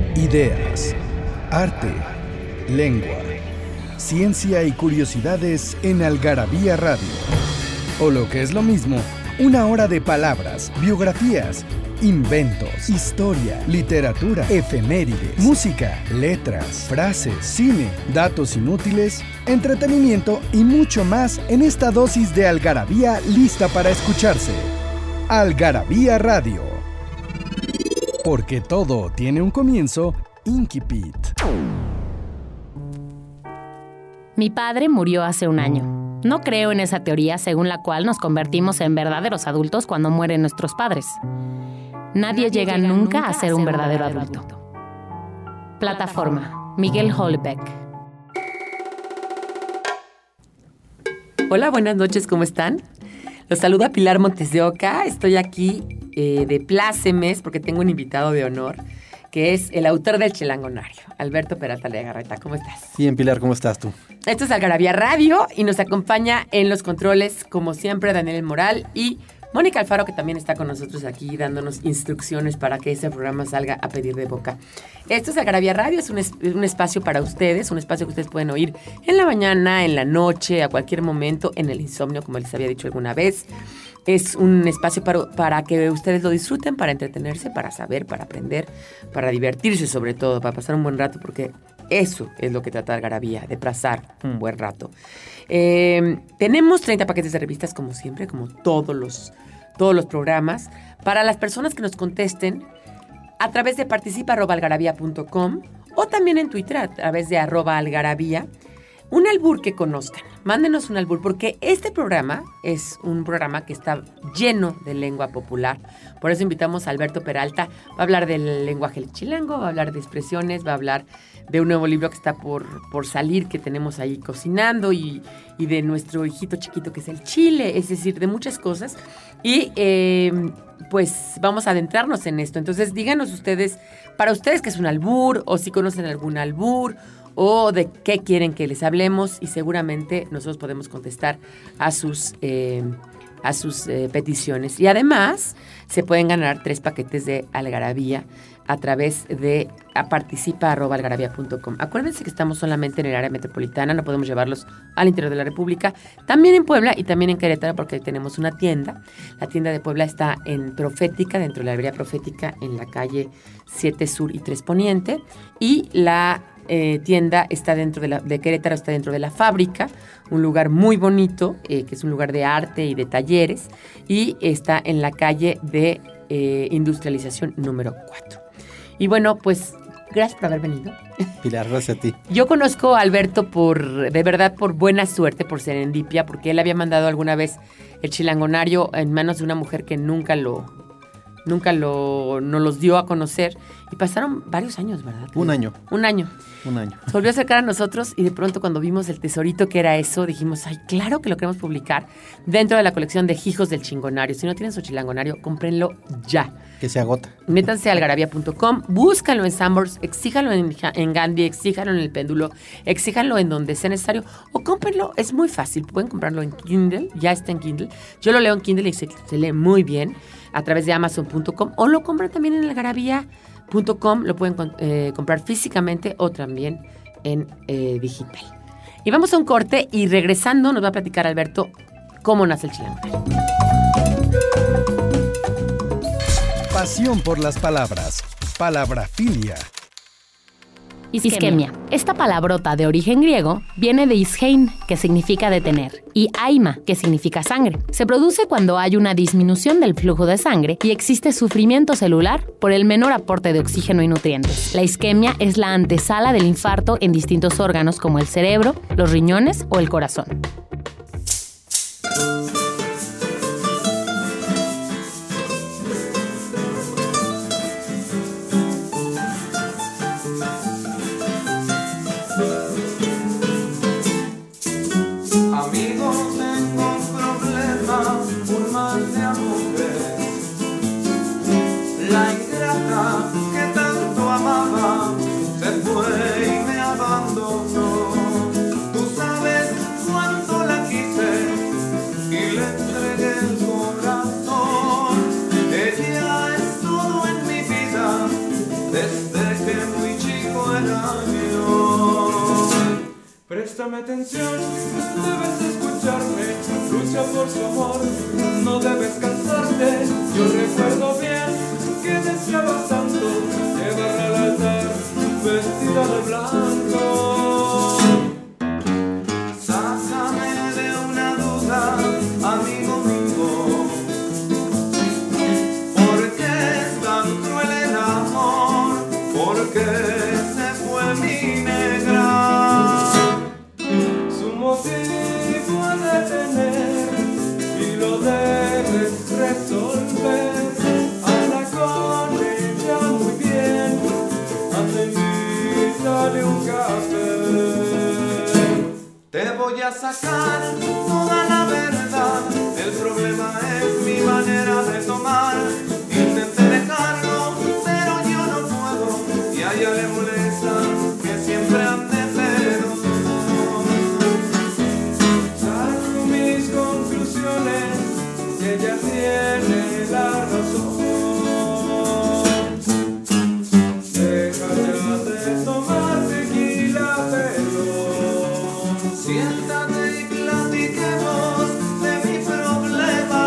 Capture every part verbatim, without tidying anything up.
Ideas, arte, lengua, ciencia y curiosidades en Algarabía Radio. O lo que es lo mismo, una hora de palabras, biografías, inventos, historia, literatura, efemérides, música, letras, frases, cine, datos inútiles, entretenimiento y mucho más en esta dosis de algarabía lista para escucharse. Algarabía Radio. Porque todo tiene un comienzo, Incipit. Mi padre murió hace un año. No creo en esa teoría según la cual nos convertimos en verdaderos adultos cuando mueren nuestros padres. Nadie, Nadie llega, llega nunca a ser un verdadero adulto. adulto. Plataforma, Miguel Houellebecq. Hola, buenas noches, ¿cómo están? Los saluda Pilar Montes de Oca. Estoy aquí eh, de plácemes porque tengo un invitado de honor, que es el autor del Chilangonario, Alberto Peralta Legarreta. ¿Cómo estás? Bien, Pilar, ¿cómo estás tú? Esto es Algarabía Radio y nos acompaña en los controles, como siempre, Daniel Moral y Mónica Alfaro, que también está con nosotros aquí dándonos instrucciones para que ese programa salga a pedir de boca. Esto es Algarabía Radio, es un, es un espacio para ustedes, un espacio que ustedes pueden oír en la mañana, en la noche, a cualquier momento, en el insomnio, como les había dicho alguna vez. Es un espacio para, para que ustedes lo disfruten, para entretenerse, para saber, para aprender, para divertirse sobre todo, para pasar un buen rato, porque eso es lo que trata Algarabía, de pasar un buen rato. Eh, tenemos treinta paquetes de revistas, como siempre, como todos los, todos los programas, para las personas que nos contesten a través de participa arroba algarabía punto com o también en Twitter a través de arroba algarabía. Un albur que conozcan, mándenos un albur, porque este programa es un programa que está lleno de lengua popular. Por eso invitamos a Alberto Peralta. Va a hablar del lenguaje chilango, va a hablar de expresiones, va a hablar de un nuevo libro que está por, por salir, que tenemos ahí cocinando, y, y de nuestro hijito chiquito que es el chile, es decir, de muchas cosas. Y eh, pues vamos a adentrarnos en esto. Entonces díganos ustedes, para ustedes qué es un albur, o si conocen algún albur, o de qué quieren que les hablemos, y seguramente nosotros podemos contestar a sus, eh, a sus eh, peticiones. Y además se pueden ganar tres paquetes de Algarabía a través de participa arroba algarabía punto com. Acuérdense que estamos solamente en el área metropolitana, no podemos llevarlos al interior de la República, también en Puebla y también en Querétaro, porque ahí tenemos una tienda. La tienda de Puebla está en Profética, dentro de la librería Profética, en la calle siete Sur y tres Poniente, y la Eh, tienda está dentro de, la, de Querétaro, está dentro de la Fábrica, un lugar muy bonito, eh, que es un lugar de arte y de talleres, y está en la calle de eh, Industrialización número cuatro. Y bueno, pues gracias por haber venido. Pilar, gracias a ti. Yo conozco a Alberto por, de verdad, por buena suerte, por serendipia, porque él había mandado alguna vez el Chilangonario en manos de una mujer que nunca lo... Nunca lo, nos los dio a conocer. Y pasaron varios años, ¿verdad? Un año. Un año. Un año. Se volvió a acercar a nosotros y de pronto cuando vimos el tesorito que era eso, dijimos, ay, claro que lo queremos publicar dentro de la colección de Hijos del Chingonario. Si no tienen su Chilangonario, cómprenlo ya. Que se agota. Métanse a algarabía punto com, búscanlo en Sanborns, exíjanlo en, en Gandhi, exíjanlo en El Péndulo, exíjanlo en donde sea necesario, o cómprenlo, es muy fácil, pueden comprarlo en Kindle, ya está en Kindle. Yo lo leo en Kindle y se, se lee muy bien a través de amazon punto com, o lo compran también en algarabía punto com, lo pueden eh, comprar físicamente o también en eh, digital. Y vamos a un corte y regresando nos va a platicar Alberto cómo nace el Chilangonario. Pasión por las palabras. Palabrafilia. Isquemia. Esta palabrota de origen griego viene de iskein, que significa detener, y aima, que significa sangre. Se produce cuando hay una disminución del flujo de sangre y existe sufrimiento celular por el menor aporte de oxígeno y nutrientes. La isquemia es la antesala del infarto en distintos órganos como el cerebro, los riñones o el corazón. La ingrata que tanto amaba se fue y me abandonó. Tú sabes cuánto la quise y le entregué el corazón. Ella es todo en mi vida desde que fui Préstame atención, debes escucharme, lucha por su amor, no debes cansarte. Yo recuerdo bien que deseabas tanto llevarla al altar vestida de blanco. Sácame de una duda, amigo mío, ¿por qué es tan cruel el amor? ¿Por qué se fue mi negra? Su motivo ha de tener y lo debes resolver. Anda con ella muy bien, anda, invítale un café. Te voy a sacar toda la verdad, el problema es mi manera de tomar. Intenté dejarlo, pero yo no puedo, y a ella le molesta que siempre ande pedo. Saco mis conclusiones, que ella tiene la razón. Deja ya de tomar tequila, pero siéntate y platiquemos de mi problema.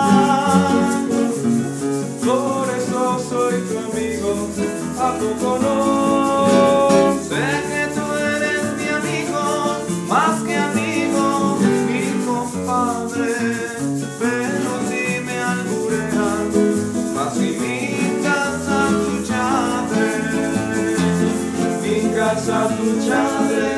Por eso soy tu amigo, ¿a poco no? Sé que tú eres mi amigo, más que amigo, mi compadre. Pero si me alburean, facilitas a tu chadre, mi casa tu chadre.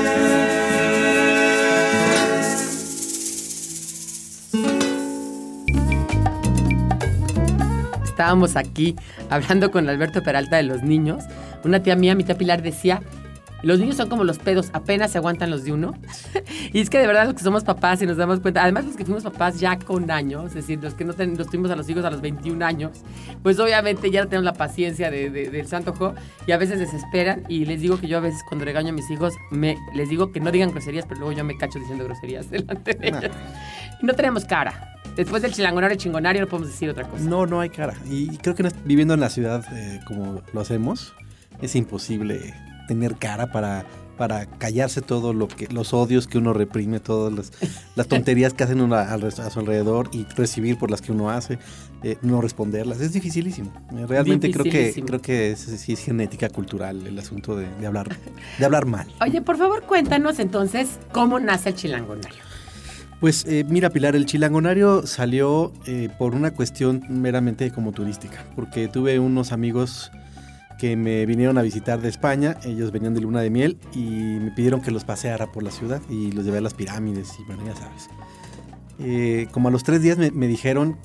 Estábamos aquí hablando con Alberto Peralta de los niños. Una tía mía, mi tía Pilar, decía, los niños son como los pedos, apenas se aguantan los de uno. Y es que de verdad los que somos papás y nos damos cuenta, además los que fuimos papás ya con años, es decir, los que no ten, los tuvimos a los hijos a los veintiún años, pues obviamente ya no tenemos la paciencia de, de, del santo ojo y a veces desesperan. Y les digo que yo a veces cuando regaño a mis hijos, me, les digo que no digan groserías, pero luego yo me cacho diciendo groserías delante de ellos. Y no tenemos cara. Después del chilangonario chingonario no podemos decir otra cosa. No, no hay cara. Y creo que no, viviendo en la ciudad eh, como lo hacemos, es imposible tener cara para, para callarse todo lo que, los odios que uno reprime, todas las, las tonterías que hacen uno a, a su alrededor y recibir por las que uno hace, eh, no responderlas. Es dificilísimo. Realmente dificilísimo. creo que creo que es, sí es genética cultural el asunto de, de hablar de hablar mal. Oye, por favor, cuéntanos entonces cómo nace el chilangonario. Pues eh, mira, Pilar, el chilangonario salió eh, por una cuestión meramente como turística, porque tuve unos amigos que me vinieron a visitar de España, ellos venían de luna de miel y me pidieron que los paseara por la ciudad y los llevé a las pirámides y bueno, ya sabes. Eh, como a los tres días me, me dijeron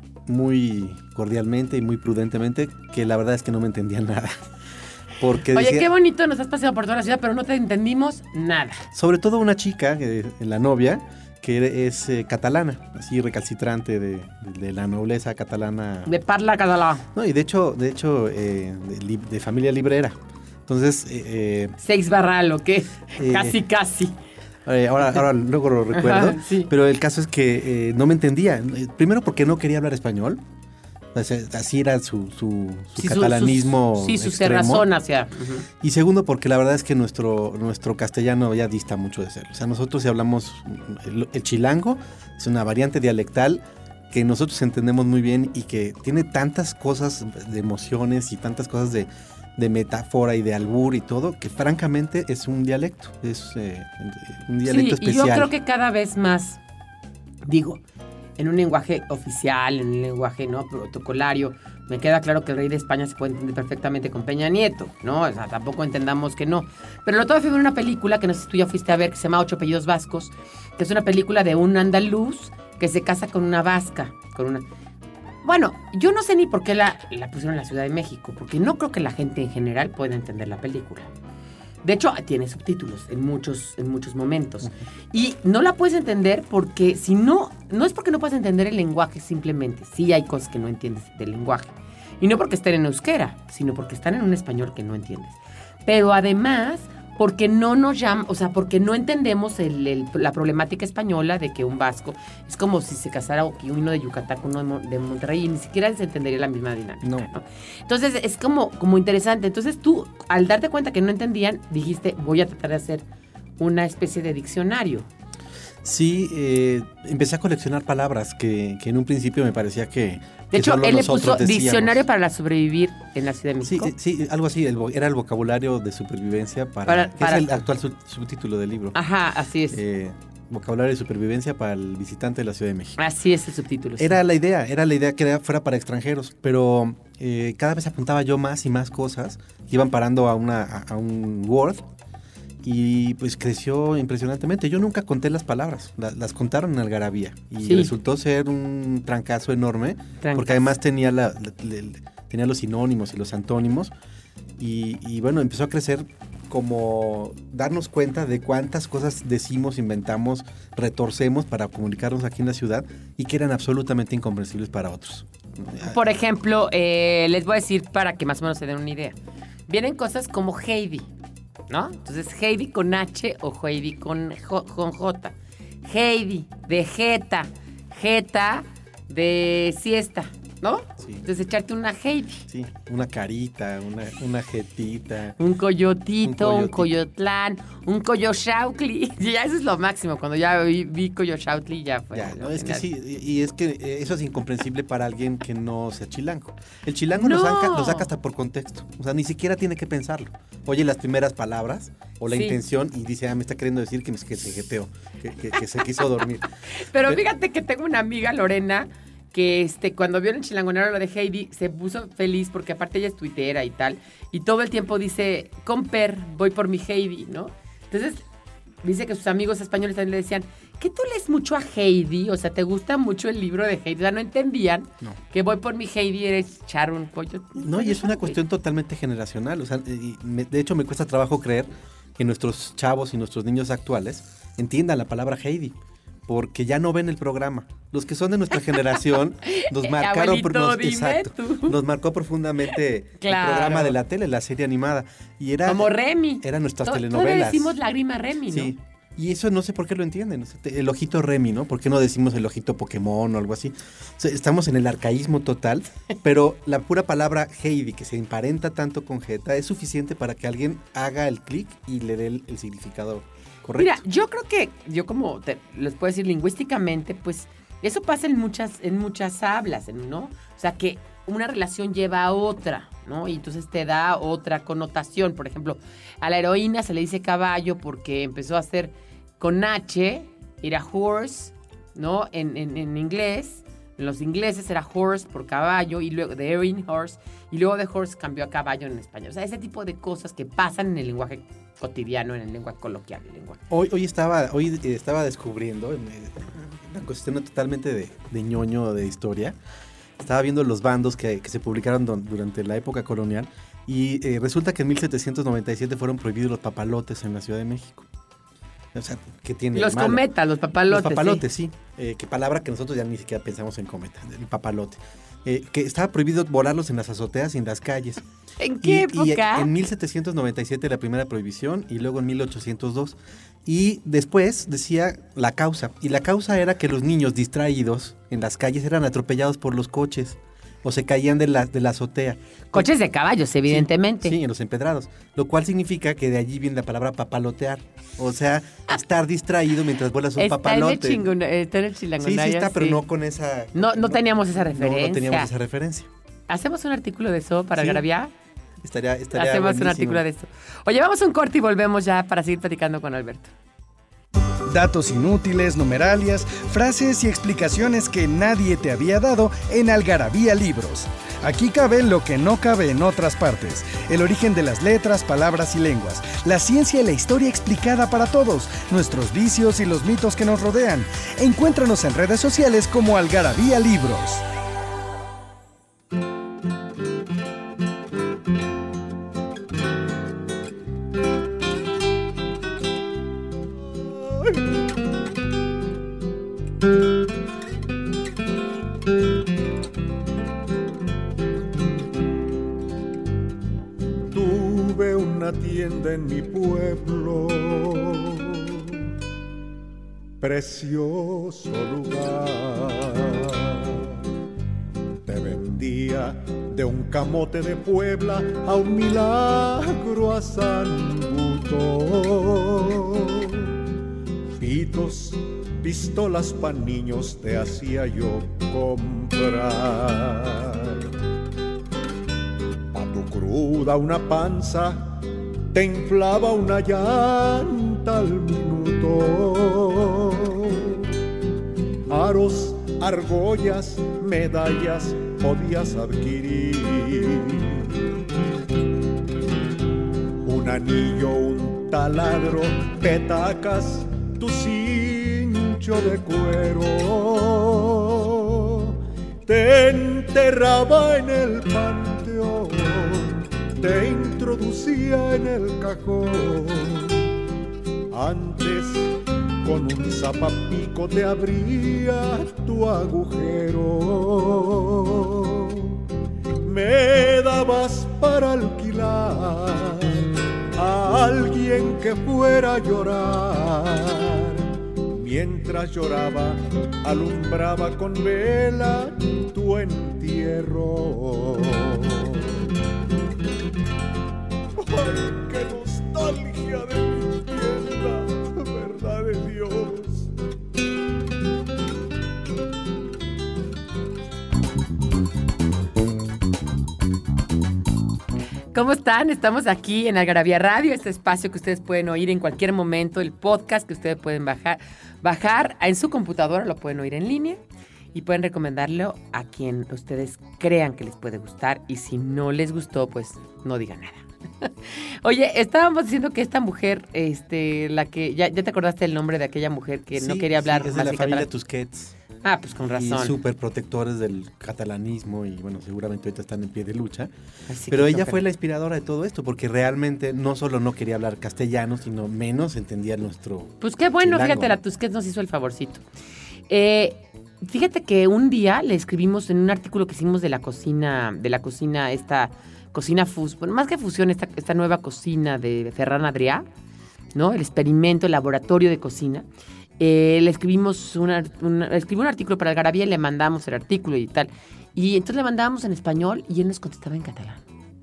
muy cordialmente y muy prudentemente que la verdad es que no me entendían nada. Porque Oye, decía, qué bonito, nos has paseado por toda la ciudad, pero no te entendimos nada. Sobre todo una chica, eh, la novia, que es eh, catalana, así recalcitrante de, de, de la nobleza catalana. De parla català. No, y de hecho, de hecho, eh, de, de familia librera. Entonces, eh, Seix Barral, ¿o qué? Eh, casi, casi. Eh, ahora, ahora luego lo recuerdo. Ajá, sí. Pero el caso es que eh, no me entendía. Primero porque no quería hablar español. O sea, así era su, su, su sí, catalanismo su, su, Sí, su extremo. cerrazón hacia... Uh-huh. Y segundo, porque la verdad es que nuestro, nuestro castellano ya dista mucho de ser. O sea, nosotros si hablamos... El, el chilango es una variante dialectal que nosotros entendemos muy bien y que tiene tantas cosas de emociones y tantas cosas de, de metáfora y de albur y todo, que francamente es un dialecto. Es eh, un dialecto sí, especial. Y yo creo que cada vez más, digo... en un lenguaje oficial, en un lenguaje no protocolario. Me queda claro que el rey de España se puede entender perfectamente con Peña Nieto, ¿no? O sea, tampoco entendamos que no. Pero lo todo fue una película que no sé si tú ya fuiste a ver, que se llama Ocho apellidos vascos, que es una película de un andaluz que se casa con una vasca, con una... Bueno, yo no sé ni por qué la, la pusieron en la Ciudad de México, porque no creo que la gente en general pueda entender la película. De hecho, tiene subtítulos en muchos, en muchos momentos. Uh-huh. Y no la puedes entender porque si no, no es porque no puedas entender el lenguaje simplemente. Sí hay cosas que no entiendes del lenguaje. Y no porque estén en euskera, sino porque están en un español que no entiendes. Pero además, porque no nos llama, o sea, porque no entendemos el, el, la problemática española de que un vasco es como si se casara uno de Yucatán con uno de Monterrey y ni siquiera se entendería la misma dinámica, ¿no? ¿no? Entonces, es como, como interesante. Entonces, tú, al darte cuenta que no entendían, dijiste, voy a tratar de hacer una especie de diccionario. Sí, eh, empecé a coleccionar palabras que, que en un principio me parecía que De que hecho, solo él le nosotros puso decíamos. diccionario para la sobrevivir en la Ciudad de Sí, México. eh, sí, algo así, el vo- era el vocabulario de supervivencia para, Para- que para- es el actual sub- subtítulo del libro. Ajá, así es. Eh, vocabulario de supervivencia para el visitante de la Ciudad de México. Así es el subtítulo. sí. Era la idea, era la idea que era- fuera para extranjeros, pero eh, cada vez apuntaba yo más y más cosas que iban parando a, una, a, a un Word y pues creció impresionantemente. Yo nunca conté las palabras, la- las contaron en Algarabía y Sí. resultó ser un trancazo enorme, Trancazo. porque además tenía, la, la- la- tenía los sinónimos y los antónimos y, y bueno, empezó a crecer como darnos cuenta de cuántas cosas decimos, inventamos, retorcemos para comunicarnos aquí en la ciudad y que eran absolutamente incomprensibles para otros. Por ejemplo, eh, les voy a decir para que más o menos se den una idea. Vienen cosas como Heidi, ¿no? Entonces, Heidi con H o Heidi con, jo- con J. Heidi de jeta, jeta de siesta, ¿no? Sí. Entonces, echarte una Heidi. Sí, una carita, una, una jetita. Un coyotito, Un un, coyotito. coyotlán, un coyoshaucli. Ya eso es lo máximo. Cuando ya vi, vi coyoshautli ya fue. Ya, lo no, es que genial. sí, y y es que eh, eso es incomprensible para alguien que no sea chilango. El chilango lo, No. saca, lo saca hasta por contexto. O sea, ni siquiera tiene que pensarlo. Oye las primeras palabras o la Sí. intención y dice, ah, me está queriendo decir que, me- que se jeteó, que, que- que se quiso dormir. Pero Pe- fíjate que tengo una amiga, Lorena, que este, cuando vio en el chilangonero lo de Heidi, se puso feliz porque aparte ella es tuitera y tal. Y todo el tiempo dice, comper, voy por mi Heidi, ¿no? Entonces, dice que sus amigos españoles también le decían, ¿que tú lees mucho a Heidi? O sea, ¿te gusta mucho el libro de Heidi? O sea, no entendían No. que voy por mi Heidi eres echar un pollo. No, y es una cuestión totalmente generacional. O sea, y me- de hecho me cuesta trabajo creer que nuestros chavos y nuestros niños actuales entiendan la palabra Heidi, porque ya no ven el programa. Los que son de nuestra generación nos marcaron, Abuelito, nos, dime exacto, tú. nos marcó profundamente Claro. el programa de la tele, la serie animada. Y era, Como Remy. eran nuestras To- telenovelas. Todavía decimos lágrima Remy, ¿no? Sí. Y eso no sé por qué lo entienden. O sea, te- el ojito Remy, ¿no? ¿Por qué no decimos el ojito Pokémon o algo así? O sea, estamos en el arcaísmo total, pero la pura palabra Heidi, que se emparenta tanto con Jeta, es suficiente para que alguien haga el clic y le dé el, el significado correcto. Mira, yo creo que, yo como te, les puedo decir lingüísticamente, pues eso pasa en muchas, en muchas hablas, ¿no? O sea, que una relación lleva a otra, ¿no? Y entonces te da otra connotación. Por ejemplo, a la heroína se le dice caballo porque empezó a hacer con H, era horse, ¿no? En, en, en inglés, en los ingleses era horse por caballo, y luego de heroine, horse, y luego de horse cambió a caballo en español. O sea, ese tipo de cosas que pasan en el lenguaje cotidiano, en el lenguaje coloquial, el lenguaje. Hoy, hoy estaba, hoy eh, estaba descubriendo eh, una cuestión totalmente de, de ñoño de historia. Estaba viendo los bandos que, que se publicaron don- durante la época colonial y eh, resulta que en mil setecientos noventa y siete fueron prohibidos los papalotes en la Ciudad de México. O sea, ¿qué tiene de Los malo? cometas, los papalotes. Los papalotes, sí. Eh, que palabra que nosotros ya ni siquiera pensamos en cometa, el papalote. Eh, que estaba prohibido volarlos en las azoteas y en las calles. sí. ¿En qué Y- y época? en mil setecientos noventa y siete la primera prohibición y luego en mil ochocientos dos. Y después decía la causa. Y la causa era que los niños distraídos en las calles eran atropellados por los coches o se caían de la, de la azotea. Coches de caballos, evidentemente. Sí, en los empedrados. Lo cual significa que de allí viene la palabra papalotear. O sea, estar distraído mientras vuelas un Está en, el papalote. chingón, está en el Sí, chilangonario. sí está, pero sí. no con esa... No, no teníamos esa no, referencia. No teníamos esa referencia. ¿Hacemos un artículo de eso para Sí, Algarabía? Estaría, estaría Hacemos un buenísimo. artículo de eso. Oye, vamos a un corte y volvemos ya para seguir platicando con Alberto. Datos inútiles, numeralias, frases y explicaciones que nadie te había dado en Algarabía Libros. Aquí cabe lo que no cabe en otras partes. El origen de las letras, palabras y lenguas. La ciencia y la historia explicada para todos. Nuestros vicios y los mitos que nos rodean. Encuéntranos en redes sociales como Algarabía Libros. Tuve una tienda en mi pueblo, precioso lugar. Te vendía de un camote de Puebla a un milagro a San Butón. chiquitos, pistolas pa' niños te hacía yo comprar. Pa' tu cruda una panza, te inflaba una llanta al minuto. Aros, argollas, medallas podías adquirir. Un anillo, un taladro, petacas, tu cincho de cuero. Te enterraba en el panteón, te introducía en el cajón. Antes con un zapapico te abría tu agujero. Me dabas para alquilar a alguien que fuera a llorar. Mientras lloraba, alumbraba con vela tu entierro. ¡Ay, qué nostalgia de mi tierra! ¡Verdad de Dios! ¿Cómo están? Estamos aquí en Algarabía Radio, este espacio que ustedes pueden oír en cualquier momento, el podcast que ustedes pueden bajar, bajar en su computadora, lo pueden oír en línea y pueden recomendarlo a quien ustedes crean que les puede gustar, y si no les gustó, pues no digan nada. Oye, estábamos diciendo que esta mujer, este, la que, ya, ya te acordaste del nombre de aquella mujer que Sí, no quería hablar sí, es de más la de familia catalán. Tusquets. Ah, pues con razón. Y súper protectores del catalanismo, y bueno, seguramente ahorita están en pie de lucha. Así Pero que ella toca. fue la inspiradora de todo esto, porque realmente no solo no quería hablar castellano, sino menos entendía nuestro Pues qué bueno, chilango. fíjate, la Tusquets nos hizo el favorcito. Eh, fíjate que un día le escribimos en un artículo que hicimos de la cocina, de la cocina, esta cocina fus, bueno, más que fusión, esta, esta nueva cocina de Ferran Adrià, ¿no? El experimento, el laboratorio de cocina. Eh, le escribimos una, una, escribí un artículo para Algarabía y le mandamos el artículo y tal. Y entonces le mandábamos en español y él nos contestaba en catalán.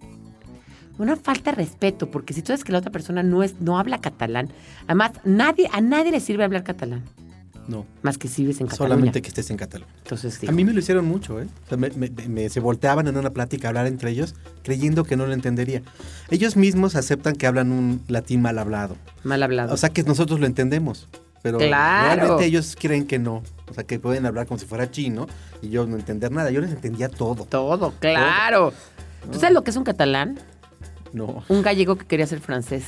Una falta de respeto, porque si tú sabes que la otra persona no es, no habla catalán, además nadie, a nadie le sirve hablar catalán, No, más que si vives en Cataluña. solamente que estés en Cataluña. Entonces, sí. A mí me lo hicieron mucho, ¿eh? O sea, me, me- me- se volteaban en una plática a hablar entre ellos, creyendo que no lo entendería. Ellos mismos aceptan que hablan un latín mal hablado. Mal hablado. O sea que nosotros lo entendemos, pero Claro. realmente ellos creen que no. O sea, que pueden hablar como si fuera chino y yo no entender nada. Yo les entendía todo. Todo, claro. ¿Tú sabes lo que es un catalán? No, Un gallego que quería ser francés.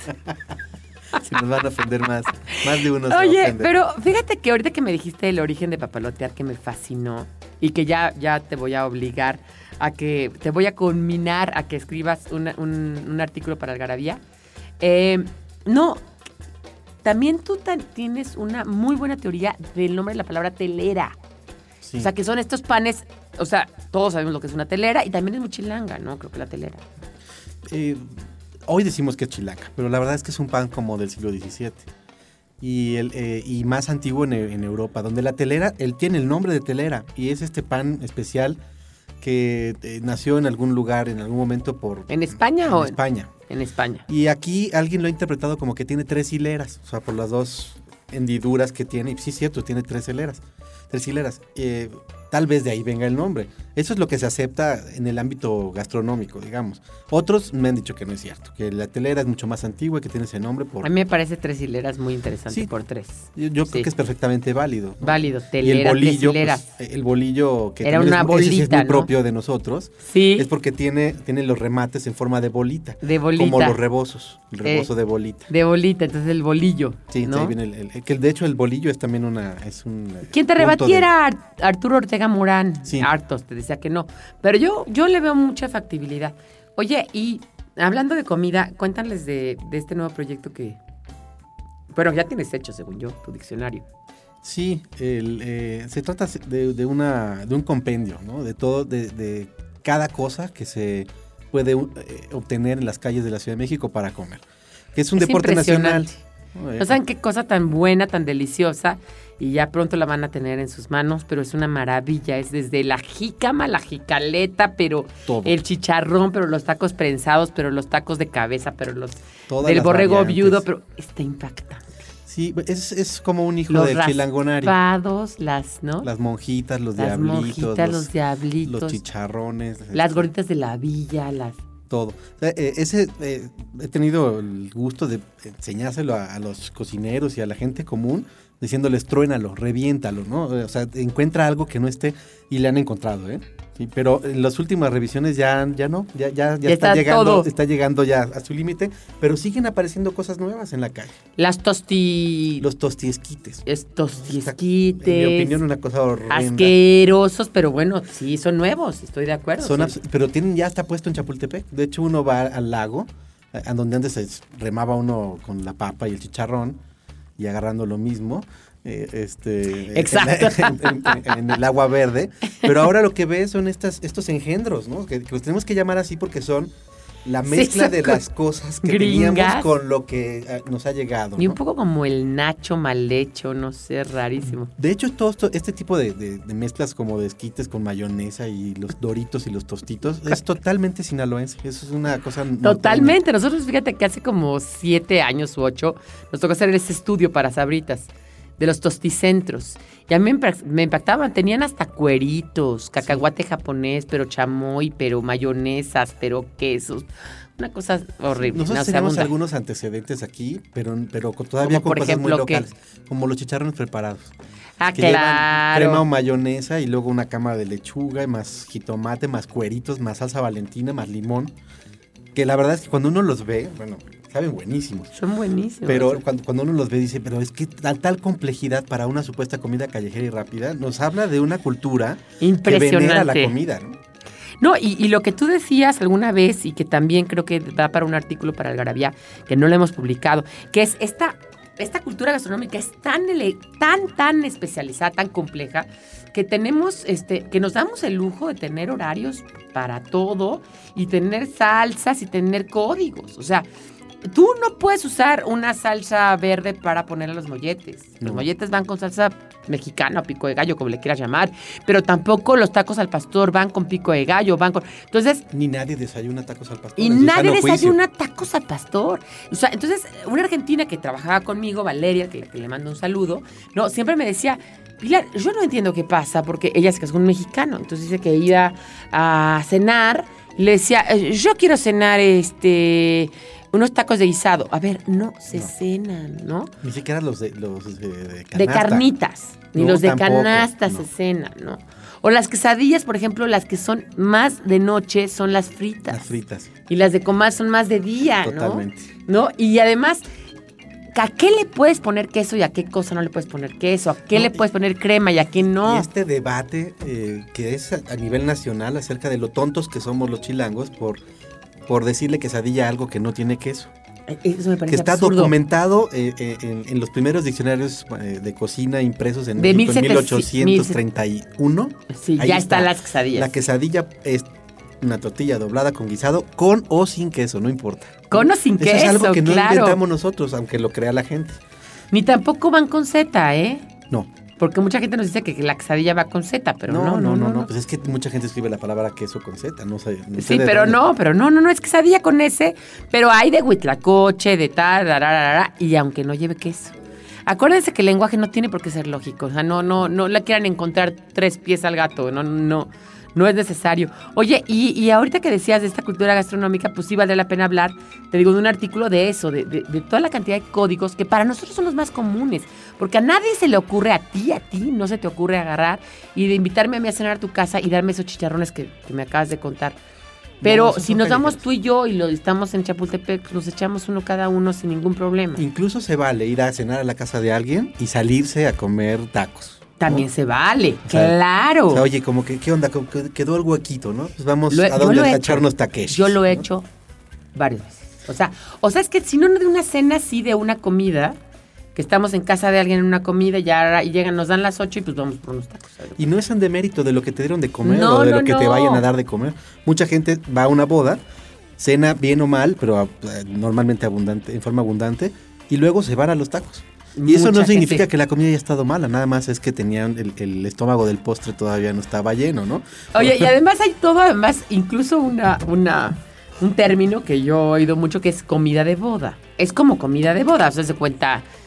se nos van a ofender más. Más de uno se va a Oye, ofender. pero fíjate que ahorita que me dijiste el origen de papalotear, que me fascinó, y que ya, ya te voy a obligar a que, te voy a conminar a que escribas una- un, un artículo para Algarabía. Eh, no, también tú tan- tienes una muy buena teoría del nombre de la palabra telera. Sí. O sea, que son estos panes, o sea, todos sabemos lo que es una telera, y también es muy chilanga, ¿no? Creo que la telera. Eh, hoy decimos que es chilaca, pero la verdad es que es un pan como del siglo diecisiete. Y, el, eh, y más antiguo en, en Europa, donde la telera, él tiene el nombre de telera, y es este pan especial que eh, nació en algún lugar, en algún momento por... ¿En España en o en- España. En España. Y aquí alguien lo ha interpretado como que tiene tres hileras, o sea, por las dos hendiduras que tiene. Y sí, es cierto, tiene tres hileras. Tres hileras. Eh, tal vez de ahí venga el nombre. Eso es lo que se acepta en el ámbito gastronómico, digamos. Otros me han dicho que no es cierto, que la telera es mucho más antigua, que tiene ese nombre por... A mí me parece tres hileras muy interesante Sí. por tres. Yo, yo Sí. creo que es perfectamente válido, ¿no? Válido, Y el telera, bolillo, tres hileras. pues, el bolillo que Era también una es, ese sí es bolita, muy ¿no? propio de nosotros, Sí, es porque tiene, tiene los remates en forma de bolita, de bolita. como los rebozos, el rebozo Eh, de bolita. De bolita, entonces el bolillo. Sí, ¿no? ahí viene el, el- que de hecho el bolillo es también una, es un eh, Quien te punto rebatiera Ar- Arturo Ortega Morán, Sí. hartos, te decía que no. Pero yo, yo le veo mucha factibilidad. Oye, y hablando de comida, cuéntales de, de este nuevo proyecto que... Bueno, ya tienes hecho, según yo, tu diccionario. de- Sí, el, eh, se trata de, de una, de un compendio, ¿no? De todo, de, de cada cosa que se puede eh, obtener en las calles de la Ciudad de México para comer. Que es un Es deporte nacional. impresionante. ¿no? Eh, No saben qué cosa tan buena, tan deliciosa, y ya pronto la van a tener en sus manos, pero es una maravilla. Es desde la jícama, la jicaleta, pero todo. el chicharrón, pero los tacos prensados, pero los tacos de cabeza, pero los Todas del las borrego variantes. viudo, pero está impactante. Sí, es, es como un hijo Los del chilangonario. raspados, las, ¿no? Las monjitas, los Las diablitos. monjitas, los, los diablitos. Los chicharrones. Las este, gorditas de la villa, las... todo. O sea, eh, ese, eh, he tenido el gusto de enseñárselo a, a los cocineros y a la gente común, diciéndoles truénalo, reviéntalo, ¿no? O sea, encuentra algo que no esté y le han encontrado, ¿eh? Sí, pero en las últimas revisiones ya, ya no, ya, ya, ya, Ya está, está llegando, todo. está llegando ya a su límite, pero siguen apareciendo cosas nuevas en la calle. Las tosti... Los tostiesquites. es En tostiesquites. mi opinión, una cosa horrenda. Asquerosos, pero bueno, sí, son nuevos, estoy de acuerdo. Son sí. abs- pero tienen ya está puesto en Chapultepec. De hecho, uno va al lago, a a donde antes se remaba uno con la papa y el chicharrón y agarrando lo mismo. eh, este, Exacto. En, en- en- en el agua verde. Pero ahora lo que ves son estas, estos engendros, ¿no? Que, que los tenemos que llamar así porque son la Sí, mezcla son de co- las cosas que gringas. teníamos con lo que eh, nos ha llegado. Y un ¿no? poco como el nacho mal hecho, no sé, rarísimo. De hecho, todo esto- este tipo de, de- de mezclas como de esquites con mayonesa y los doritos y los tostitos es totalmente sinaloense. Eso es una cosa norteña. Totalmente. Nosotros, fíjate que hace como siete años u ocho nos tocó hacer ese estudio para Sabritas de los tosticentros. Y a mí me impa- me impactaban. Tenían hasta cueritos, cacahuate japonés, pero chamoy, pero mayonesas, pero quesos. Una cosa horrible. Nosotros nauseabunda. tenemos algunos antecedentes aquí, pero, pero con- todavía Como con por cosas muy ejemplo, ¿qué? locales. Como los chicharrones preparados. Ah, que llevan claro. crema o mayonesa y luego una cama de lechuga, y más jitomate, más cueritos, más salsa valentina, más limón. Que la verdad es que cuando uno los ve, bueno, saben buenísimos. Son buenísimos. Pero cuando, cuando uno los ve dice, pero es que tal, tal complejidad para una supuesta comida callejera y rápida nos habla de una cultura que venera la Impresionante. comida, ¿no? No, y, y lo que tú decías alguna vez y que también creo que da para un artículo para Algarabía, que no lo hemos publicado, que es esta, esta cultura gastronómica es tan, ele- tan, tan especializada, tan compleja, que tenemos, este, que nos damos el lujo de tener horarios para todo y tener salsas y tener códigos. O sea, tú no puedes usar una salsa verde para poner a los molletes. Los No. molletes van con salsa mexicana o pico de gallo, como le quieras llamar. Pero tampoco los tacos al pastor van con pico de gallo, van con... Entonces, Ni nadie desayuna tacos al pastor. y en su nadie sano juicio. desayuna tacos al pastor. O sea, entonces, una argentina que trabajaba conmigo, Valeria, que, que le mando un saludo, no, siempre me decía, Pilar, yo no entiendo qué pasa, porque ella se casó con un mexicano. Entonces dice que iba a cenar, y le decía, "Eh, yo quiero cenar este unos tacos de guisado. A ver, no se No. cenan, ¿no? Ni siquiera los de, los de, de canasta. De carnitas, ni No, los de tampoco, canasta no. se cenan, ¿no? O las quesadillas, por ejemplo, las que son más de noche son las fritas. Las fritas. Y las de comal son más de día, Totalmente. ¿no? ¿No? Y además, ¿a qué le puedes poner queso y a qué cosa no le puedes poner queso? ¿A qué No, le y- puedes poner crema y a qué no? Y este debate eh, que es a, a nivel nacional acerca de lo tontos que somos los chilangos por, por decirle quesadilla a algo que no tiene queso. Eso me Que parece está absurdo. documentado eh, eh, en, en los primeros diccionarios eh, de cocina impresos en De México en mil mil setecientos, ochocientos treinta y uno. Sí, Ahí ya está. están las quesadillas. La quesadilla es una tortilla doblada con guisado, con o sin queso, no importa. Con o sin Eso queso, es algo que no claro. inventamos nosotros, aunque lo crea la gente. Ni tampoco van con Z, ¿eh? No. Porque mucha gente nos dice que, que la quesadilla va con Z, pero no, no, no. no. Pues es que mucha gente escribe la palabra queso con Z, no sé. no sé Sí, de pero dónde. no, pero no, no, no, es quesadilla con ese, pero hay de huitlacoche, de tal, rararara, y aunque no lleve queso. Acuérdense que el lenguaje no tiene por qué ser lógico, o sea, no, no, no le quieran encontrar tres pies al gato, no, no, no es necesario. Oye, y, y ahorita que decías de esta cultura gastronómica, pues sí vale la pena hablar, te digo, de un artículo de eso, de, de, de toda la cantidad de códigos que para nosotros son los más comunes, porque a nadie se le ocurre, a ti, a ti, no se te ocurre agarrar y de invitarme a mí a cenar a tu casa y darme esos chicharrones que, que me acabas de contar. Pero No, esos si son nos vamos callejeros. tú y yo y lo estamos en Chapultepec, pues nos echamos uno cada uno sin ningún problema. Incluso se vale ir a cenar a la casa de alguien y salirse a comer tacos. También se vale, O sea, claro. O sea, oye, como que, ¿qué onda? Como que quedó el huequito, ¿no? Pues vamos Lo he- a yo donde lo he a hecho. echarnos taqueches. Yo lo he ¿no? hecho varias veces. O sea, o sea, es que si no de una cena así de una comida, que estamos en casa de alguien en una comida y ya y llegan, nos dan las ocho y pues vamos por unos tacos. ¿sabes? Y no es en demérito de lo que te dieron de comer No, o de no, lo que no. te vayan a dar de comer. Mucha gente va a una boda, cena bien o mal, pero eh, normalmente abundante, en forma abundante, y luego se van a los tacos. Y eso Mucha no significa gente. que la comida haya estado mala, nada más es que tenían el, el estómago del postre todavía no estaba lleno, ¿no? Oye, y además hay todo, además, incluso una, una, un término que yo he oído mucho que es comida de boda. Es como comida de boda, o sea, se cuenta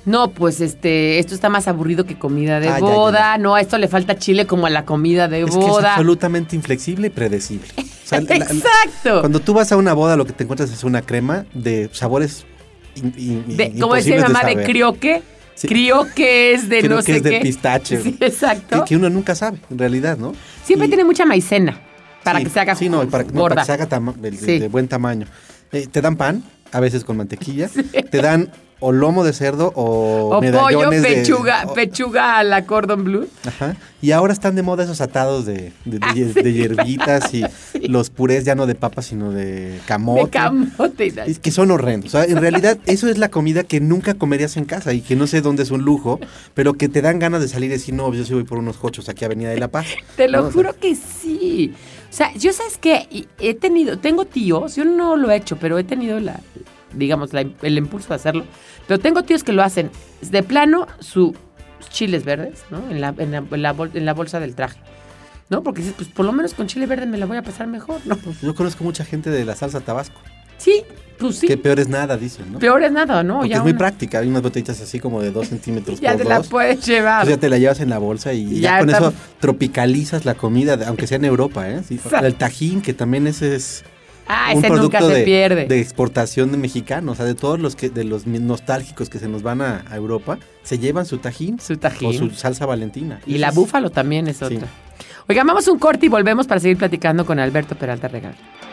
No, pues este, esto está más aburrido que comida de Ah, ya, boda. ya, ya. No, a esto le falta chile como a la comida de Es que es boda. absolutamente inflexible y predecible. O sea, la- la- Exacto. Cuando tú vas a una boda, lo que te encuentras es una crema de sabores in- in- De, como decía mi imposibles mamá, de saber. crioque. Sí. Crioque es de Creo no que sé es de qué. pistache. Sí, exacto. Que, que uno nunca sabe, en realidad, ¿no? Siempre Y- tiene mucha maicena para sí, que se haga sí, no, para, no, gorda. para que se haga tama- de, de- Sí. de buen tamaño. Eh, te dan pan, a veces con mantequilla. Te dan o lomo de cerdo o, O pollo, medallones de- pechuga, o- pechuga a la cordon bleu. Ajá. Y ahora están de moda esos atados de, de, de, Ah, hier- sí. de hierbitas y los purés ya no de papas, sino de camote. De camote. Es que son horrendos. O sea, en realidad, eso es la comida que nunca comerías en casa y que no sé dónde es un lujo, pero que te dan ganas de salir y decir, no, yo sí voy por unos cochos aquí a Avenida de la Paz. Te lo ¿no? O sea, juro que sí. O sea, yo sabes que he tenido, tengo tíos, yo no lo he hecho, pero he tenido la, digamos, la- el impulso de hacerlo. Pero tengo tíos que lo hacen de plano, sus chiles verdes, ¿no? En la, en la, en la, bol- en la bolsa del traje. ¿No? Porque dices, pues por lo menos con chile verde me la voy a pasar mejor, ¿no? Yo conozco mucha gente de la salsa Tabasco, Sí, pues sí. que peor es nada, dicen, ¿no? Peor es nada, ¿no? Porque Ya es muy una- práctica. Hay unas botellitas así como de dos centímetros Ya por te la dos. puedes llevar. Entonces ya te la llevas en la bolsa y Y ya, ya con está- eso tropicalizas la comida, aunque sea en Europa, ¿eh? Sí. Exacto. El tajín, que también ese es Ah, un ese nunca producto se de, pierde. de exportación de mexicanos. O sea, de todos los que de los nostálgicos que se nos van a, a Europa, se llevan su tajín, Su tajín. o su salsa valentina. Y Eso la es- búfalo también es Sí. otra. Oigan, vamos a un corte y volvemos para seguir platicando con Alberto Peralta Regal.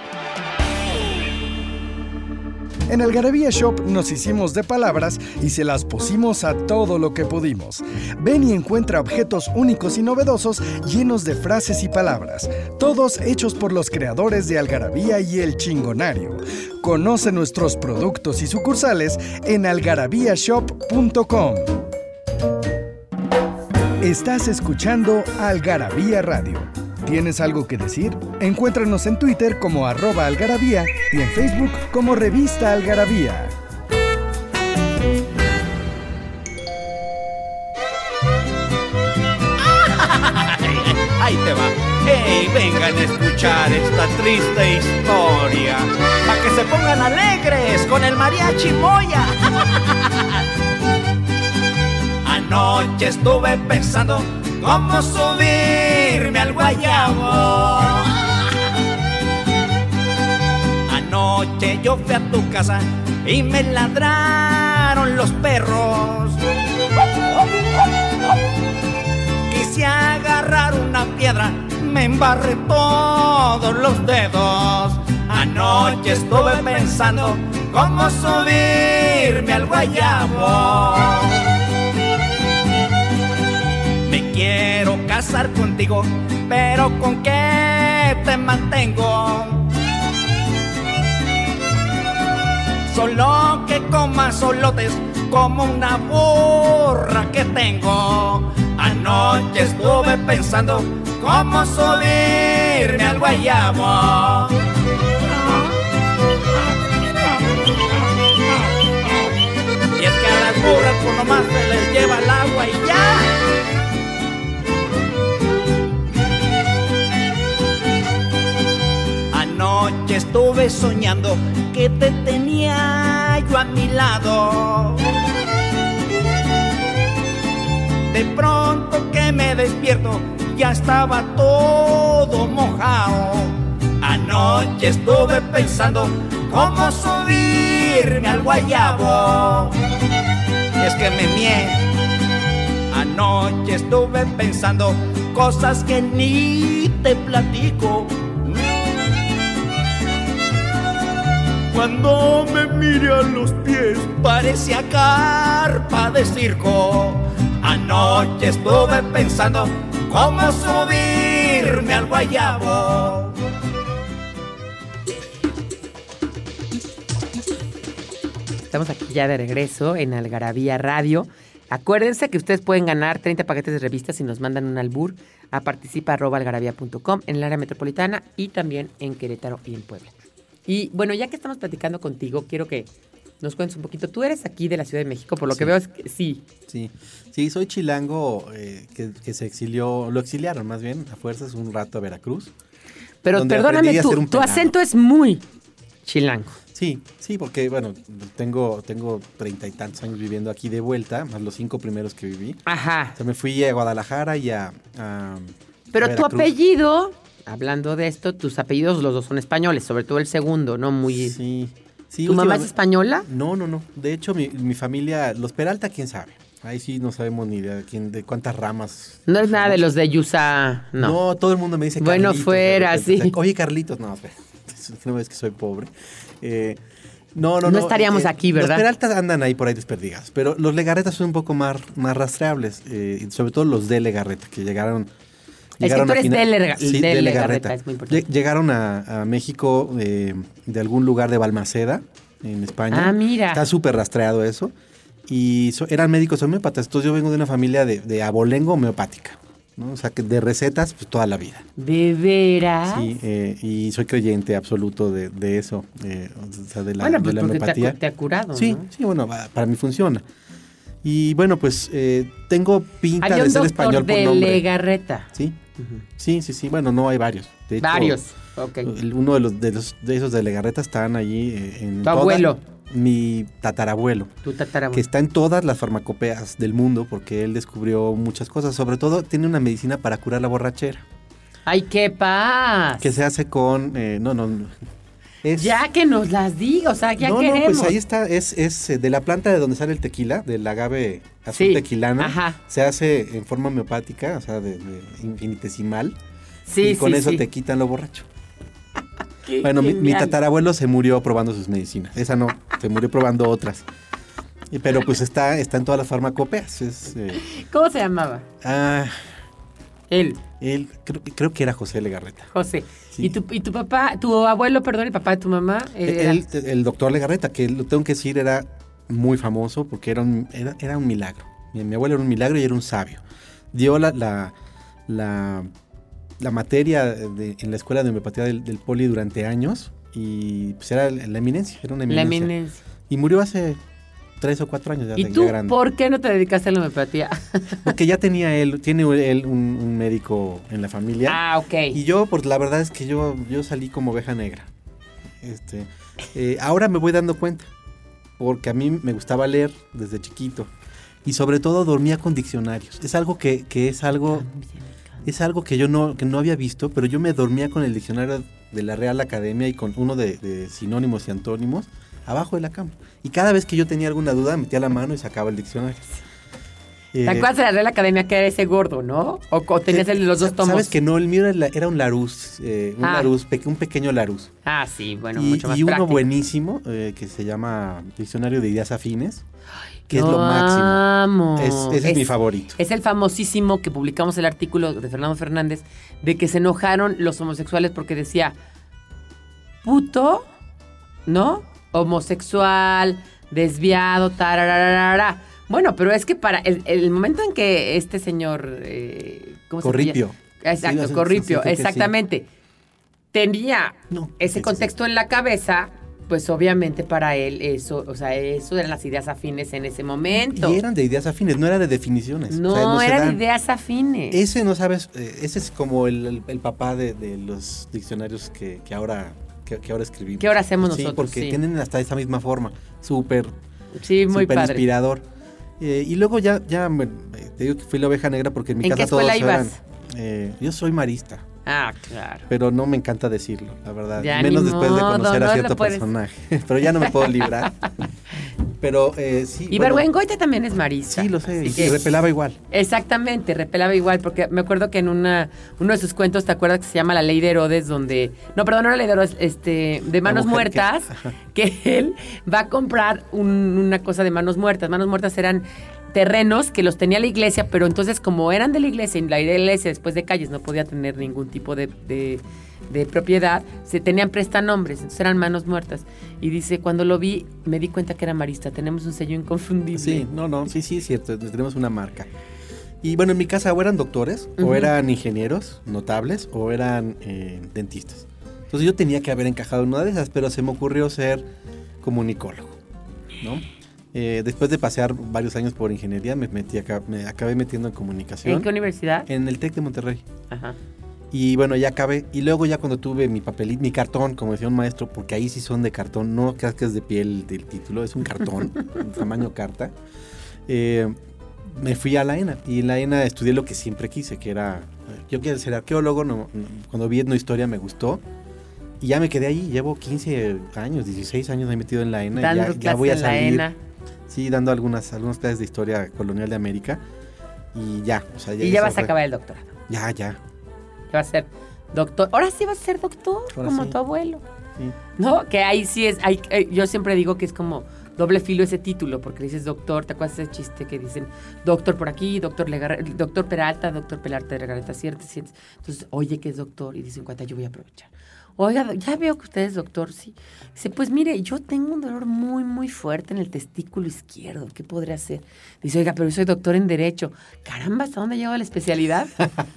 En Algarabía Shop nos hicimos de palabras y se las pusimos a todo lo que pudimos. Ven y encuentra objetos únicos y novedosos llenos de frases y palabras, todos hechos por los creadores de Algarabía y El Chingonario. Conoce nuestros productos y sucursales en algarabía shop punto com. Estás escuchando Algarabía Radio. ¿Tienes algo que decir? Encuéntranos en Twitter como arroba algarabía y en Facebook como Revista Algarabía. Ahí te va. Hey, vengan a escuchar esta triste historia. Para que se pongan alegres con el mariachi Moya. Anoche estuve pensando cómo subirme al guayabo. Anoche yo fui a tu casa y me ladraron los perros. Quise agarrar una piedra, me embarré todos los dedos. Anoche estuve pensando cómo subirme al guayabo. Me quiero casar contigo, pero ¿con qué te mantengo? Solo que comas solotes como una burra que tengo. Anoche estuve pensando cómo subirme al guayabo. Y es que a las burras por nomás se les lleva el agua y ya. Anoche estuve soñando que te tenía yo a mi lado. De pronto que me despierto, ya estaba todo mojado. Anoche estuve pensando cómo subirme al guayabo. Y es que me mié. Anoche estuve pensando cosas que ni te platico. Cuando me miré a los pies, parecía carpa de circo. Anoche estuve pensando cómo subirme al guayabo. Estamos aquí ya de regreso en Algarabía Radio. Acuérdense que ustedes pueden ganar treinta paquetes de revistas si nos mandan un albur a participa arroba algarabía punto com en el área metropolitana y también en Querétaro y en Puebla. Y bueno, ya que estamos platicando contigo, quiero que nos cuentes un poquito. Tú eres aquí de la Ciudad de México, por lo Sí. que veo es que sí. Sí, sí, soy chilango eh, que, que se exilió, lo exiliaron más bien a fuerzas un rato a Veracruz. Pero donde perdóname, aprendí a tú, hacer un tu penado. acento es muy chilango. Sí, sí, porque bueno, tengo tengo treinta y tantos años viviendo aquí de vuelta, más los cinco primeros que viví. Ajá. O sea, me fui a Guadalajara y a, a Pero a tu Veracruz. apellido, hablando de esto, tus apellidos los dos son españoles, sobre todo el segundo, ¿no? Muy... Sí, sí. ¿Tu mamá es últimamente- española? No, no, no. De hecho, mi, mi familia, los Peralta, quién sabe. Ahí sí no sabemos ni de quién, de cuántas ramas. No es nada de somos. los de Yusa, no. No, todo el mundo me dice Bueno, Carlitos. fuera, de repente. sí. O sea, Oye, Carlitos, no, espera. No ves que soy pobre. Eh, no, no, No no. estaríamos aquí, ¿verdad? Los Peralta andan ahí por ahí desperdigados. Pero los Legarreta son un poco más, más rastreables. Eh, sobre todo los de Legarreta, que llegaron. Es que tú eres de Lega- Sí, de de Legarreta, Legarreta. es muy importante. Lle- Llegaron a, a México eh, de algún lugar de Balmaceda, en España. Ah, mira. Está súper rastreado eso. Y so- eran médicos homeópatas. Entonces yo vengo de una familia de, de abolengo homeopática, ¿no? O sea, que de recetas, pues toda la vida. ¿De veras? Sí, eh, y soy creyente absoluto de, de eso, eh, o sea, de la, Bueno, de pues la porque te ha, homeopatía. cu- te ha curado, Sí, ¿no? sí, bueno, va- para mí funciona. Y bueno, pues eh, tengo pinta Había de un ser doctor español por de nombre. Legarreta. Sí, sí, sí, sí. Bueno, no hay varios. De hecho, Varios, ok. el- uno de los, de los de esos de Legarreta están allí eh, en Tu todas- abuelo. Mi tatarabuelo, Tu tatarabuelo. que está en todas las farmacopeas del mundo porque él descubrió muchas cosas. Sobre todo tiene una medicina para curar la borrachera, ¡Ay, qué paz! que se hace con... eh, no, no, no. Es- Ya que nos las diga, o sea, ya no, queremos. no, pues ahí está, es, es eh, de la planta de donde sale el tequila, del agave azul Sí, tequilana. ajá. Se hace en forma homeopática, o sea, de, de infinitesimal. Sí, y con sí, eso sí. te quitan lo borracho. Qué Bueno, mi, mi genial. tatarabuelo se murió probando sus medicinas. Esa no, se murió probando otras. Y- Pero pues está, está en todas las farmacopeas. Es, eh, ¿Cómo se llamaba? ah, Él, él, creo, creo que era José Legarreta. José. Sí. ¿Y, tu, ¿Y tu papá, tu abuelo, perdón, el papá de tu mamá? Era- Él, el doctor Legarreta, que lo tengo que decir, era muy famoso porque era un, era, era un milagro. Mi, mi abuelo era un milagro y era un sabio. Dio la, la, la, la materia de- en la escuela de homeopatía del, del Poli durante años y pues era la eminencia, era una la eminencia. eminencia. Y murió hace tres o cuatro años ya, ¿Y ya tú grande. por qué no te dedicaste a la homeopatía? Porque ya tenía él, tiene él un, un médico en la familia. Ah, ok. Y yo, pues la verdad es que yo, yo salí como oveja negra. Este, eh, ahora me voy dando cuenta, porque a mí me gustaba leer desde chiquito. Y sobre todo dormía con diccionarios. Es algo que, que es algo, es algo que yo no, que no había visto, pero yo me dormía con el diccionario de la Real Academia y con uno de, de sinónimos y antónimos abajo de la cama. Y cada vez que yo tenía alguna duda, metía la mano y sacaba el diccionario. ¿Te Eh, acuerdas de la Real Academia que era ese gordo, no? ¿O, o tenías el de los dos tomos? Sabes que no, el mío era, la- era un Larus, eh, un Ah. Larus, pe- un pequeño Larus. Ah, sí, bueno, y mucho más y uno práctico. buenísimo eh, que se llama Diccionario de Ideas Afines, que es Lo lo máximo. amo. Es, ese es, mi favorito. Es el famosísimo que publicamos el artículo de Fernando Fernández de que se enojaron los homosexuales porque decía puto, ¿no? Homosexual, desviado, tarararara. Bueno, pero es que para el, el momento en que este señor... Eh, ¿cómo se Corripio. llama? Exacto, Sí, sí, Corripio, sí, creo que sí. exactamente. Tenía No, ese sí, sí, contexto en la cabeza, pues obviamente para él eso, o sea, eso eran las ideas afines en ese momento. Y eran de ideas afines, no era de definiciones. No, O sea, se eran dan- ideas afines. Ese, no sabes, eh, ese es como el, el- el papá de, de los diccionarios que, que ahora que, que ahora escribimos. Que ahora hacemos Sí, nosotros, porque sí. tienen hasta esa misma forma, súper Sí, muy súper padre. inspirador. Eh, y luego ya, ya me- te digo que fui la oveja negra porque en mi ¿En casa qué escuela todos ibas? eran... eh, yo soy marista, Ah, claro. pero no me encanta decirlo, la verdad. Ya, Menos ni después de modo, conocer no a lo cierto puedes. personaje. Pero ya no me puedo librar. Pero eh, sí. Y bueno, Bergüengoite también es marista. Sí, lo sé. Así Y que- repelaba igual. Exactamente, repelaba igual, porque me acuerdo que en una uno de sus cuentos, ¿te acuerdas que se llama La Ley de Herodes? Donde, no, perdón, no la Ley de Herodes, este, de Manos mujer que- Muertas, ajá. que, él va a comprar un- una cosa de Manos Muertas. Manos Muertas eran terrenos que los tenía la iglesia, pero entonces como eran de la iglesia, y la iglesia después de calles no podía tener ningún tipo de, de, de propiedad, se tenían prestanombres, entonces eran Manos Muertas. Y dice, cuando lo vi, me di cuenta que era marista, tenemos un sello inconfundible. Sí, no, no, sí, sí, es cierto. Tenemos una marca. Y bueno, en mi casa o eran doctores, Ujú. o eran ingenieros notables, o eran eh, dentistas. Entonces yo tenía que haber encajado en una de esas, pero se me ocurrió ser comunicólogo, ¿no? Eh, después de pasear varios años por ingeniería, me metí acá, me acabé metiendo en comunicación. ¿En qué universidad? En el TEC de Monterrey. Ajá. Y bueno, ya acabé. Y luego ya cuando tuve mi papelito, mi cartón, como decía un maestro, porque ahí sí son de cartón, no creas que es de piel del título, es un cartón, un tamaño carta. Eh, me fui a la ENA. Y en la ENA estudié lo que siempre quise, que era... Yo quiero ser arqueólogo, no, no, cuando vi etnohistoria me gustó. Y ya me quedé ahí, llevo quince años, dieciséis años me he metido en la ENA. Dando y ya, clases ya voy a en la salir. ENA. Sí, dando algunas, algunas clases de historia colonial de América. Y ya, o sea, ya Y ya vas fue. a acabar el doctorado. Ya, ya. Ya vas a ser doctor. Ahora sí vas a ser doctor, Ahora como sí. tu abuelo. Sí. ¿No? Que ahí sí es, hay, eh, yo siempre digo que es como doble filo ese título, porque dices doctor, ¿te acuerdas de ese chiste que dicen doctor por aquí, doctor Legarreta, doctor Peralta, doctor Peralta de Legarreta, cierto, cierto? Entonces, oye, que es doctor, y dicen, cuenta, yo voy a aprovechar. Oiga, ya veo que usted es doctor, sí. Dice, pues mire, yo tengo un dolor muy, muy fuerte en el testículo izquierdo, ¿qué podría hacer? Dice, oiga, pero yo soy doctor en Derecho. Caramba, ¿hasta dónde llegó la especialidad?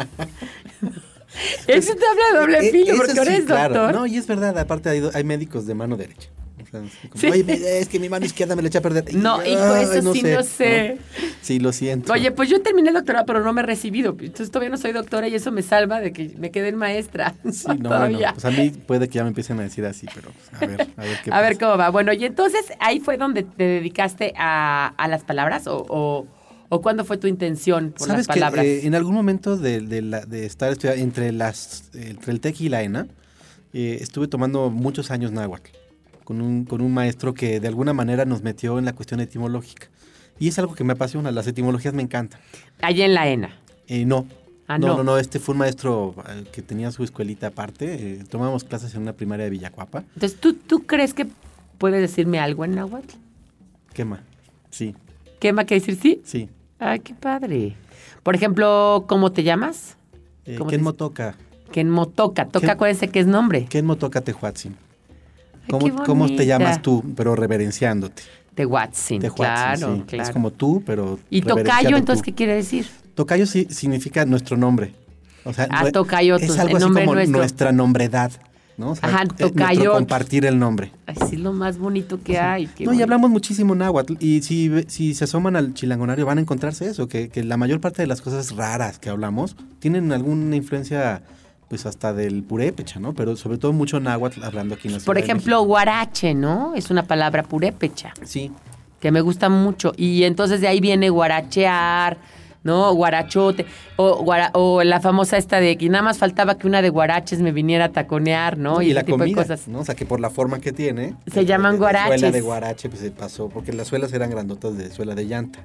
Eso te habla de doble Eh, filo, eso porque ahora sí, eres claro. doctor. No, y es verdad, aparte hay, hay médicos de mano derecha. O sea, es como, Sí. oye, es que mi mano izquierda me la eché a perder. No, Y, hijo, ay, eso sí no sé. ¿no? Sí, lo siento. Oye, pues yo terminé el doctorado, pero no me he recibido. Entonces todavía no soy doctora y eso me salva de que me quede en maestra. Sí, no, todavía. bueno, pues a mí puede que ya me empiecen a decir así, pero pues, a ver, a ver qué A ver pasa. cómo va. Bueno, y entonces ahí fue donde te dedicaste a, a las palabras o, o, o cuándo fue tu intención por las ¿Sabes que palabras. eh, en algún momento de, de, la, de estar estudiando entre, las, entre el TEC y la ENA, eh, estuve tomando muchos años náhuatl con un, con un maestro que de alguna manera nos metió en la cuestión etimológica. Y es algo que me apasiona, las etimologías me encantan. Allá en la ENA. Eh, no. Ah, no, no. no, no, este fue un maestro eh, que tenía su escuelita aparte. Eh, tomábamos clases en una primaria de Villacuapa. Entonces, ¿tú, ¿tú crees que puedes decirme algo en náhuatl? Quema. Sí, ¿Qué más que decir sí? sí. Ay, qué padre. Por ejemplo, ¿cómo te llamas? Eh, ¿Cómo ¿Quién te- motoca? Ken Motoca. Toca, ¿Quién? acuérdense que es nombre. ¿Quién motoca Tehuatzin? Ay, ¿Cómo, qué ¿Cómo te bonita. llamas tú, pero reverenciándote? Tehuatzin, Tehuatzin, claro, sí. claro. Es como tú, pero ¿Y reverenciado tocayo, entonces, tú. qué quiere decir? Tocayo sí significa nuestro nombre. O sea, Ah, nue- tocayo, es tu- algo el así nombre como nuestro. nuestra nombredad, ¿no? O sea, Ajá, eh, nuestro tocayo. compartir el nombre. Ay, sí, es lo más bonito que hay. qué No, y bonito. hablamos muchísimo náhuatl. Y si, si se asoman al chilangonario van a encontrarse eso, que, que la mayor parte de las cosas raras que hablamos tienen alguna influencia, pues hasta del purépecha, ¿no? Pero sobre todo mucho náhuatl hablando aquí en la Ciudad Por de ejemplo, guarache, ¿no? Es una palabra purépecha, México. Sí, que me gusta mucho. Y entonces de ahí viene guarachear, ¿no? Guarachote. O, guara- o la famosa esta de que nada más faltaba que una de guaraches me viniera a taconear, ¿no? y, ese la tipo comida, de cosas. ¿no? O sea, que por la forma que tiene... Se llaman de- de guaraches. Suela de guarache, pues se pasó, porque las suelas eran grandotas de suela de llanta.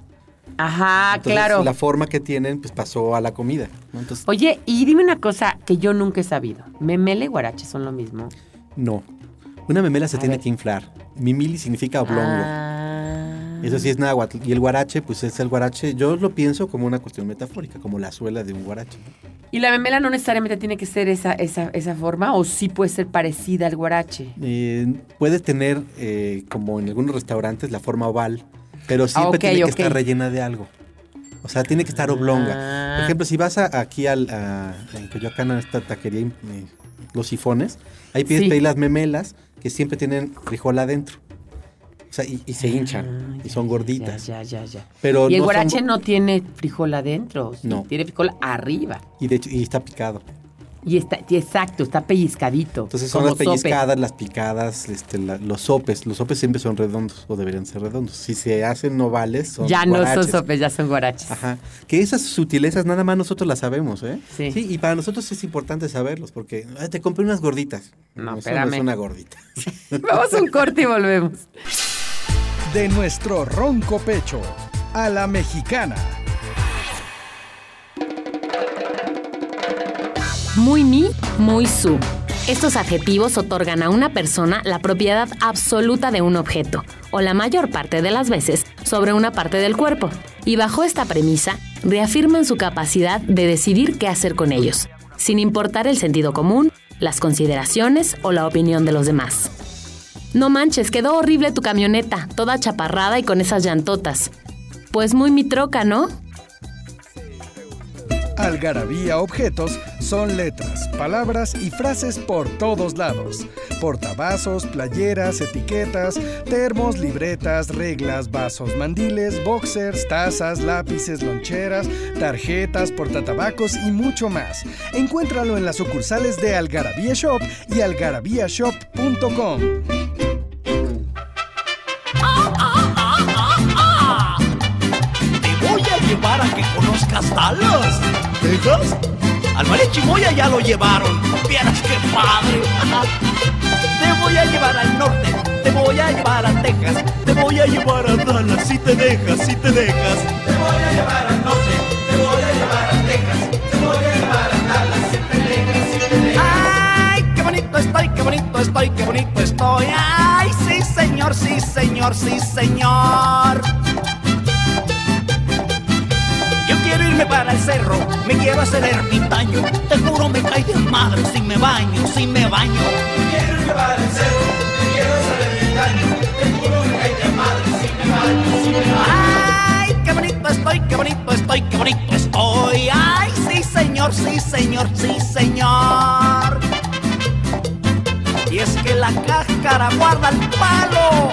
Ajá, Entonces, claro. la forma que tienen, pues pasó a la comida, ¿no? Entonces, Oye, y dime una cosa que yo nunca he sabido. ¿Memele y guarache son lo mismo? no. Una memela se A tiene ver. que inflar. Mimili significa oblongo. Ah. Eso sí es náhuatl. Y el guarache, pues es el guarache, yo lo pienso como una cuestión metafórica, como la suela de un guarache, ¿no? ¿Y la memela no necesariamente tiene que ser esa, esa, esa forma o sí puede ser parecida al guarache? Eh, puede tener, eh, como en algunos restaurantes, la forma oval, pero siempre ok, tiene que ok. estar rellena de algo. O sea, tiene que estar oblonga. Ah. Por ejemplo, si vas a- aquí al, a, en Coyoacán a esta taquería, eh, Los Sifones, ahí pides Sí. pedir las memelas que siempre tienen frijol adentro. O sea, y, y se hinchan, Ah, y ya, son ya, gorditas. Ya, ya, ya. Pero Y el no son guarache go- no tiene frijol adentro, ¿sí? No. Tiene frijol arriba. Y de hecho, y está picado. Y está, y exacto, está pellizcadito. Entonces son como las sope. pellizcadas, las picadas, este, la- los sopes. Los sopes siempre son redondos, o deberían ser redondos. Si se hacen ovales, son Ya no son guaraches. sopes, ya son guaraches. Ajá. Que esas sutilezas nada más nosotros las sabemos, ¿eh? Sí. y para nosotros es importante saberlos, porque "Ay, te compré unas gorditas". No, eso no espérame. es una gordita. Vamos a un corte y volvemos. De nuestro ronco pecho a la mexicana. Muy mi, muy su. Estos adjetivos otorgan a una persona la propiedad absoluta de un objeto, o la mayor parte de las veces, sobre una parte del cuerpo, y bajo esta premisa, reafirman su capacidad de decidir qué hacer con ellos, sin importar el sentido común, las consideraciones o la opinión de los demás. No manches, quedó horrible tu camioneta, toda chaparrada y con esas llantotas. Pues muy mi troca, ¿no? Algarabía Objetos son letras, palabras y frases por todos lados. Portavasos, playeras, etiquetas, termos, libretas, reglas, vasos, mandiles, boxers, tazas, lápices, loncheras, tarjetas, portatabacos y mucho más. Encuéntralo en las sucursales de Algarabía Shop y algarabía shop punto com. Te voy a llevar a que conozcas Dallas, Texas. Al mariachi Moya ya lo llevaron. Vieras qué padre. Te voy a llevar al norte, te voy a llevar a Texas, te voy a llevar a Dallas si te dejas, si te dejas. Te voy a llevar al norte, te voy a llevar a Texas, te voy a llevar a Dallas si te dejas, si te dejas. Ay, qué bonito estoy, qué bonito estoy, qué bonito estoy. Ay, sí señor, sí señor, sí señor. Yo quiero irme para el cerro, me quiero hacer ermitaño. Te juro me cae de madre si me baño, si me baño. Yo quiero irme para el cerro, me quiero hacer ermitaño. Te juro me cae de madre si me baño, si me baño. Ay, qué bonito estoy, qué bonito estoy, qué bonito estoy. Ay, sí señor, sí señor, sí señor. Y es que la cáscara guarda el palo.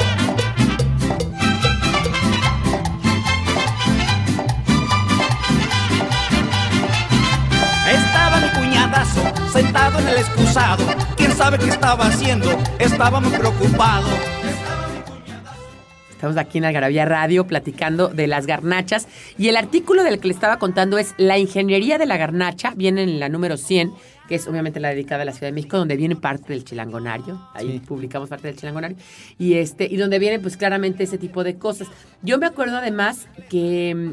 Estaba mi cuñadazo sentado en el excusado. ¿Quién sabe qué estaba haciendo? Estaba muy preocupado. Estamos aquí en Algarabía Radio platicando de las garnachas. Y el artículo del que le estaba contando es La ingeniería de la garnacha. Viene en la número cien, que es obviamente la dedicada a la Ciudad de México, donde viene parte del chilangonario. Ahí sí. Publicamos parte del chilangonario. Y, este, y donde viene pues claramente ese tipo de cosas. Yo me acuerdo además que...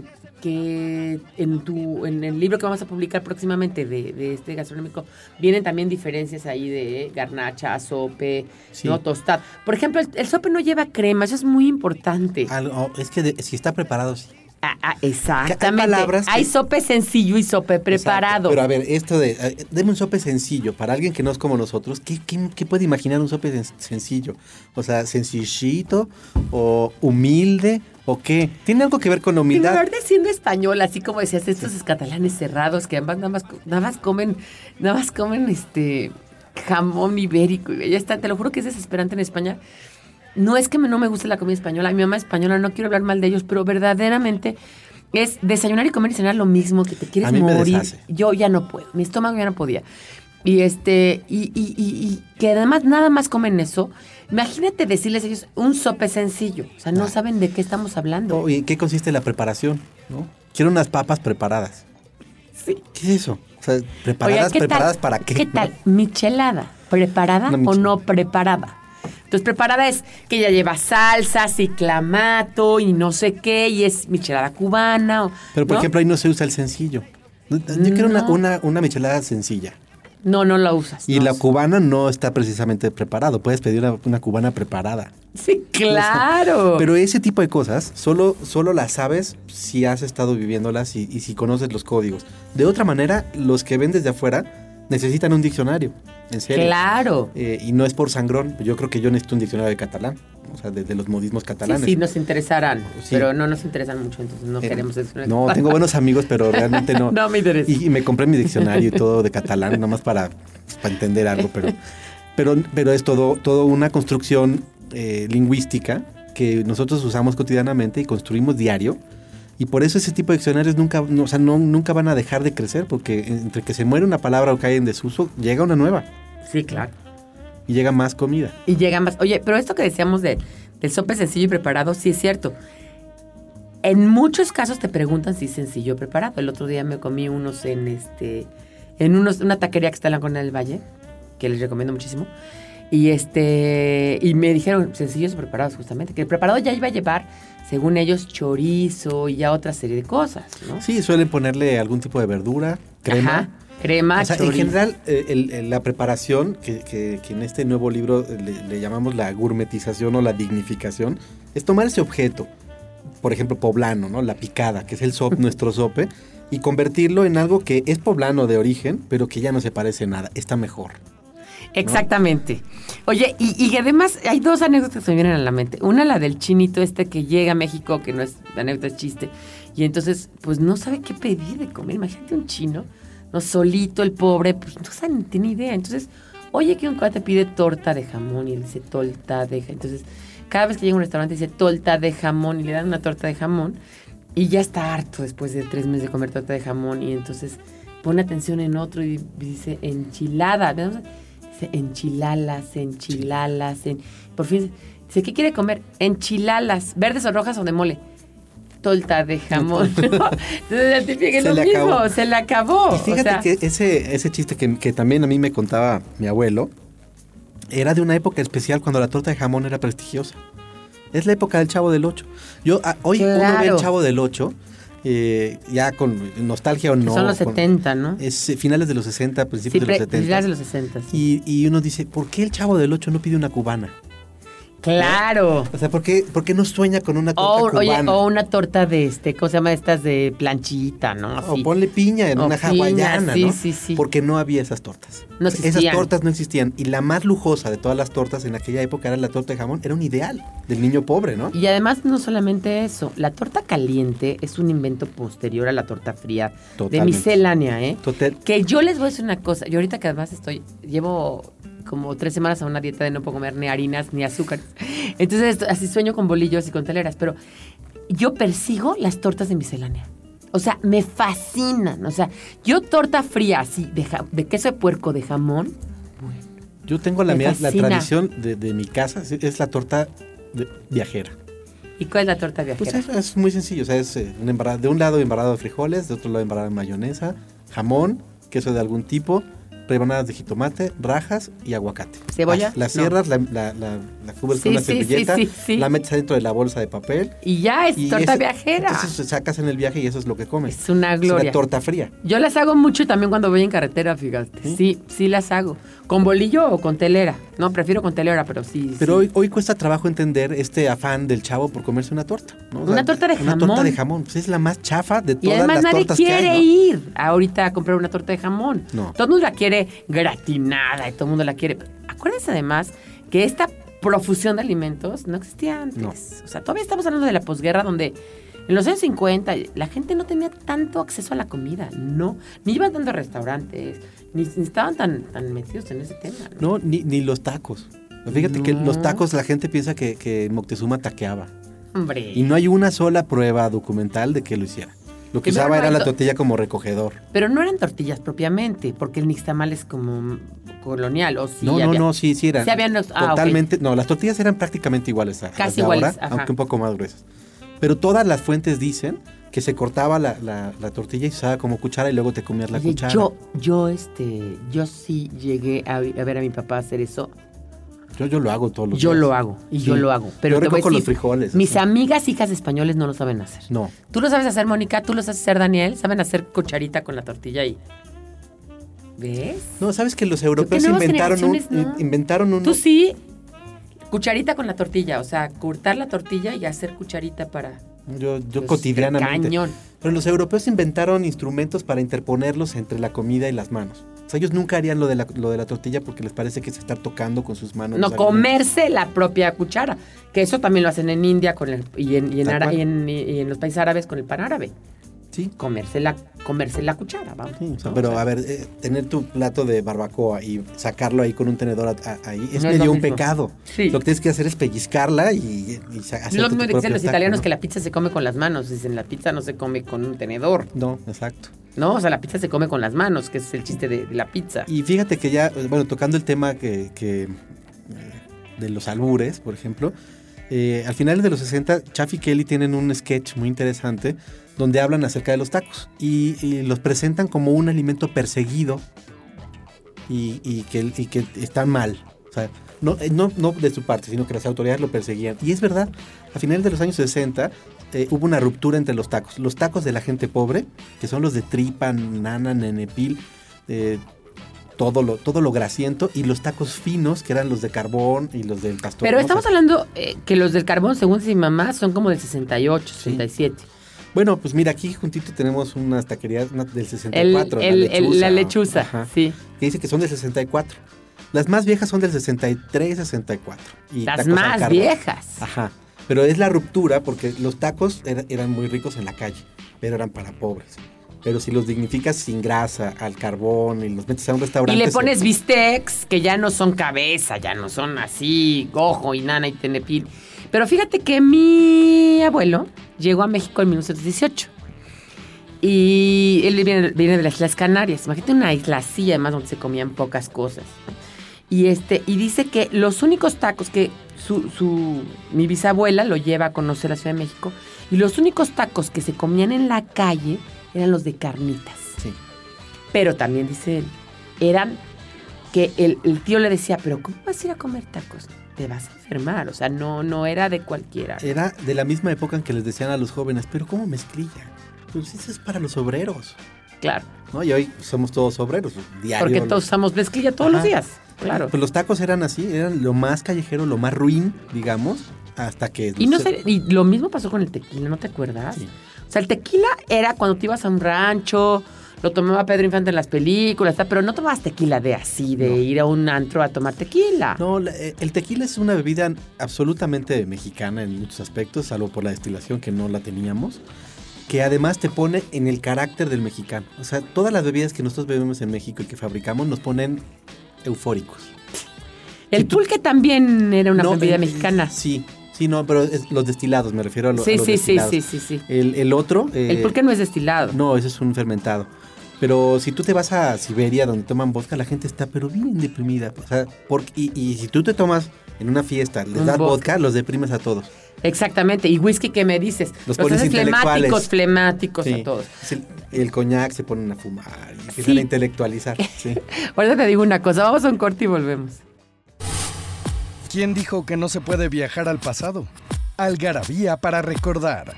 que en tu en el libro que vamos a publicar próximamente de, de este gastronómico vienen también diferencias ahí de garnacha, sope, sí. ¿no? Tostado. Por ejemplo, el, el sope no lleva crema, eso es muy importante. Algo, es que de, si está preparado, sí. Ah, ah, exactamente. Hay, hay que... sope sencillo y sope preparado. Exacto. Pero a ver, esto de, eh, deme un sope sencillo, para alguien que no es como nosotros, ¿qué, qué, qué puede imaginar un sope sen- sencillo? O sea, sencillito o humilde. ¿O qué? ¿Tiene algo que ver con la humildad? En lugar de siendo español, así como decías, estos sí. catalanes cerrados que ambas nada más, nada más comen, nada más comen este jamón ibérico. Ya está, te lo juro que es desesperante en España. No es que me, no me guste la comida española. Mi mamá es española, no quiero hablar mal de ellos, pero verdaderamente es desayunar y comer y cenar lo mismo, que te quieres a mí morir. Me deshace. Yo ya no puedo, mi estómago ya no podía. Y este, y, y, y, y que además nada más comen eso. Imagínate decirles a ellos un sope sencillo. O sea, no ah. saben de qué estamos hablando. Oh, ¿y qué consiste la preparación? ¿No? Quiero unas papas preparadas. Sí. ¿Qué es eso? O sea, preparadas, Oye, preparadas tal, para qué. ¿Qué tal? ¿Michelada? ¿Preparada no, o no preparada? Entonces, preparada es que ya lleva salsas y clamato y no sé qué, y es michelada cubana. O, Pero, por ¿no? ejemplo, ahí no se usa el sencillo. Yo quiero no. una, una, una michelada sencilla. No, no la usas. Y no la usas. cubana no está precisamente preparado. Puedes pedir una, una cubana preparada. Sí, claro. Pero ese tipo de cosas solo, solo las sabes si has estado viviéndolas y, y si conoces los códigos. De otra manera, los que ven desde afuera necesitan un diccionario. En serio. Claro. Eh, y no es por sangrón. Yo creo que yo necesito un diccionario de catalán. O sea, de, de los modismos catalanes. Sí, sí, nos interesarán. Sí. Pero no nos interesan mucho, entonces no eh, queremos eso. No, tengo buenos amigos, pero realmente no. No me interesa. Y, y me compré mi diccionario y todo de catalán, nada más para, para entender algo. Pero, pero, pero es todo, todo una construcción eh, lingüística que nosotros usamos cotidianamente y construimos diario. Y por eso ese tipo de diccionarios nunca, no, o sea, no, nunca van a dejar de crecer, porque entre que se muere una palabra o cae en desuso, llega una nueva. Sí, claro. Y llega más comida. Y llega más. Oye, pero esto que decíamos de, del sope sencillo y preparado, sí es cierto. En muchos casos te preguntan si es sencillo o preparado. El otro día me comí unos en este, en unos, una taquería que está en la Colonia del Valle, que les recomiendo muchísimo. Y este, y me dijeron sencillos o preparados, justamente, que el preparado ya iba a llevar, según ellos, chorizo y ya otra serie de cosas, ¿no? Sí, suelen ponerle algún tipo de verdura, crema. Ajá. Crema, o sea, chorizo. En general, eh, el, el, la preparación, que, que, que en este nuevo libro le, le llamamos la gourmetización o la dignificación, es tomar ese objeto, por ejemplo, poblano, ¿no? La picada, que es el sop, nuestro sope, y convertirlo en algo que es poblano de origen, pero que ya no se parece a nada, está mejor. Exactamente. ¿No? Oye, y, y además hay dos anécdotas que me vienen a la mente. Una, la del chinito este que llega a México, que no es anécdota, es chiste, y entonces, pues no sabe qué pedir de comer. Imagínate un chino no solito el pobre, pues no sabe, ni tiene idea. Entonces, oye que un cuate pide torta de jamón y él dice torta de jamón. Entonces, cada vez que llega a un restaurante dice torta de jamón y le dan una torta de jamón y ya está harto después de tres meses de comer torta de jamón y entonces pone atención en otro y dice enchilada. Dice enchilalas, enchilalas. En... Por fin dice, ¿qué quiere comer? Enchilalas, verdes o rojas o de mole. Torta de jamón. Entonces, es lo mismo, acabó. se le acabó. Y fíjate o sea, que ese, ese chiste que, que también a mí me contaba mi abuelo, era de una época especial cuando la torta de jamón era prestigiosa. Es la época del Chavo del Ocho. Yo, a, hoy claro. uno ve el Chavo del Ocho, eh, ya con nostalgia o no. Son los con, setenta, ¿no? Es eh, finales de los sesenta, principios sí, de los setenta. Finales de los sesenta, sí. Y, y uno dice, ¿por qué el Chavo del Ocho no pide una cubana? Claro. ¿No? O sea, ¿por qué, ¿por qué no sueña con una torta o, cubana? Oye, o una torta de, este, ¿cómo se llama? Estas de planchita, ¿no? Así. O ponle piña en o una piña, hawaiana, sí, ¿no? Sí, sí. Porque no había esas tortas. No existían. Esas tortas no existían. Y la más lujosa de todas las tortas en aquella época era la torta de jamón. Era un ideal del niño pobre, ¿no? Y además, no solamente eso. La torta caliente es un invento posterior a la torta fría. Totalmente. De miscelánea, ¿eh? Total. Que yo les voy a decir una cosa. Yo ahorita que además estoy... Llevo... como tres semanas a una dieta de no puedo comer ni harinas ni azúcares. Entonces, así sueño con bolillos y con teleras. Pero yo persigo las tortas de miscelánea. O sea, me fascinan. O sea, yo torta fría así, de, ja, de queso de puerco, de jamón. Bueno, yo tengo la, mía, la tradición de, de mi casa, es la torta de, viajera. ¿Y cuál es la torta viajera? Pues es, es muy sencillo. O sea, es eh, un embarrado, de un lado embarrado de frijoles, de otro lado embarrado de mayonesa, jamón, queso de algún tipo, rebanadas de jitomate, rajas y aguacate. ¿Cebolla? La, la cierras, no. la, la, la, la cubres sí, con una sí, servilleta, sí, sí, sí. la metes adentro de la bolsa de papel. Y ya es y torta ese, viajera. Entonces sacas en el viaje y eso es lo que comes. Es una gloria. Es una torta fría. Yo las hago mucho también cuando voy en carretera, fíjate. Sí, sí, sí las hago. ¿Con bolillo o con telera? No, prefiero con telera, pero sí. Pero sí. Hoy, hoy cuesta trabajo entender este afán del chavo por comerse una torta, ¿no? O sea, una torta de jamón. Una torta de jamón. Pues es la más chafa de todas las tortas que hay. Y además nadie quiere ir ahorita a comprar una torta de jamón. No. Todo el mundo la quiere gratinada y todo el mundo la quiere. Acuérdense además que esta profusión de alimentos no existía antes. No. O sea, todavía estamos hablando de la posguerra donde en los años cincuenta la gente no tenía tanto acceso a la comida. No. Ni iban tanto a restaurantes. Ni, ni estaban tan, tan metidos en ese tema. No, no ni, ni los tacos. Fíjate no. que los tacos la gente piensa que, que Moctezuma taqueaba. Hombre. Y no hay una sola prueba documental de que lo hiciera. Lo que usaba era la tortilla como recogedor. Pero no eran tortillas propiamente, porque el nixtamal es como colonial, ¿o sí? No, había, no, no, sí, sí eran. Sí habían los, ah, totalmente, okay. No, las tortillas eran prácticamente iguales a Casi las de iguales, ahora, ajá. aunque un poco más gruesas. Pero todas las fuentes dicen que se cortaba la, la, la tortilla y se usaba como cuchara y luego te comías la Oye, cuchara. Yo, yo, este, yo sí llegué a, a ver a mi papá hacer eso. Yo, yo lo hago todos los yo días. Yo lo hago, y sí. yo lo hago. Pero yo te recojo voy a decir, los frijoles. Mis así. amigas hijas españoles no lo saben hacer. No. ¿Tú lo sabes hacer, Mónica? ¿Tú lo sabes hacer, Daniel? ¿Saben hacer cucharita con la tortilla y...? ¿Ves? No, ¿sabes que los europeos inventaron un, no? inventaron un... Tú sí. Cucharita con la tortilla. O sea, cortar la tortilla y hacer cucharita para... Yo, yo pues cotidianamente. Cañón. Pero los europeos inventaron instrumentos para interponerlos entre la comida y las manos. O sea, ellos nunca harían lo de la, lo de la tortilla porque les parece que se está tocando con sus manos. No, comerse la propia cuchara. Que eso también lo hacen en India con el, y, en, y, en Ara, y, en, y en los países árabes con el pan árabe. Sí. Comerse la, comerse la cuchara, vamos. Sí, o sea, ¿no? pero o sea, a ver, eh, tener tu plato de barbacoa y sacarlo ahí con un tenedor a, a, ahí es no medio es un mismo. Pecado. Sí. Lo que tienes que hacer es pellizcarla y, y hacer lo mismo tu que dicen los taco, italianos, ¿no? que la pizza se come con las manos. Dicen, la pizza no se come con un tenedor. No, exacto. No, o sea, la pizza se come con las manos, que es el chiste de, de la pizza. Y fíjate que ya, bueno, tocando el tema que, que de los albures, por ejemplo, eh, al final de los sesenta, Chaff y Kelly tienen un sketch muy interesante donde hablan acerca de los tacos y, y los presentan como un alimento perseguido y, y, que, y que están mal. O sea, no, no, no de su parte, sino que las autoridades lo perseguían. Y es verdad, a finales de los años sesenta eh, hubo una ruptura entre los tacos. Los tacos de la gente pobre, que son los de tripa, nana, nenepil, eh, todo lo, todo lo grasiento, y los tacos finos, que eran los de carbón y los del pastor. Pero estamos hablando eh, que los del carbón, según mi mamá, son como del sesenta y ocho, sesenta y siete. Sí. Bueno, pues mira, aquí juntito tenemos unas taquerías una del sesenta y cuatro. El, la lechuza. El, la lechuza, ajá, sí. Que dice que son del sesenta y cuatro. Las más viejas son del sesenta y tres, sesenta y cuatro. Y Las más viejas. Ajá. Pero es la ruptura porque los tacos era, eran muy ricos en la calle, pero eran para pobres. Pero si los dignificas sin grasa, al carbón, y los metes a un restaurante... Y le pones se... bistecs, que ya no son cabeza, ya no son así, gojo y nana y tenepil. Pero fíjate que mi abuelo llegó a México en mil novecientos dieciocho. Y él viene, viene de las Islas Canarias. Imagínate una isla así, además, donde se comían pocas cosas. Y, este, y dice que los únicos tacos que su, su, mi bisabuela lo lleva a conocer la Ciudad de México, y los únicos tacos que se comían en la calle eran los de carnitas. Sí. Pero también dice él, eran que el, el tío le decía, pero ¿cómo vas a ir a comer tacos? Te vas a enfermar. O sea, no, no era de cualquiera. Era de la misma época en que les decían a los jóvenes, pero ¿cómo mezclilla? Pues eso es para los obreros. Claro. ¿No? Y hoy somos todos obreros, diario. Porque todos usamos mezclilla todos Ajá. los días. Claro. Pues los tacos eran así, eran lo más callejero, lo más ruin, digamos, hasta que... Y no sé, y lo mismo pasó con el tequila, ¿no te acuerdas? Sí. O sea, el tequila era cuando te ibas a un rancho, lo tomaba Pedro Infante en las películas, pero no tomabas tequila de así, de no. ir a un antro a tomar tequila. No, el tequila es una bebida absolutamente mexicana en muchos aspectos, salvo por la destilación que no la teníamos, que además te pone en el carácter del mexicano. O sea, todas las bebidas que nosotros bebemos en México y que fabricamos nos ponen eufóricos. El tú, pulque también era una no, bebida eh, mexicana. Sí. Sí, no, pero es los destilados, me refiero a, lo, sí, a los sí, destilados. Sí, sí, sí, sí. El, el otro... Eh, el pulque no es destilado. No, ese es un fermentado. Pero si tú te vas a Siberia, donde toman vodka, la gente está pero bien deprimida. O sea, porque, y, y si tú te tomas en una fiesta, les un das vodka. vodka, los deprimes a todos. Exactamente. Y whisky, ¿qué me dices? Los, los pones intelectuales. Flemáticos, flemáticos sí. a todos. El, el coñac se ponen a fumar y empiezan sí. a intelectualizar. Sí. Ahora te digo una cosa, vamos a un corte y volvemos. ¿Quién dijo que no se puede viajar al pasado? Algarabía para recordar.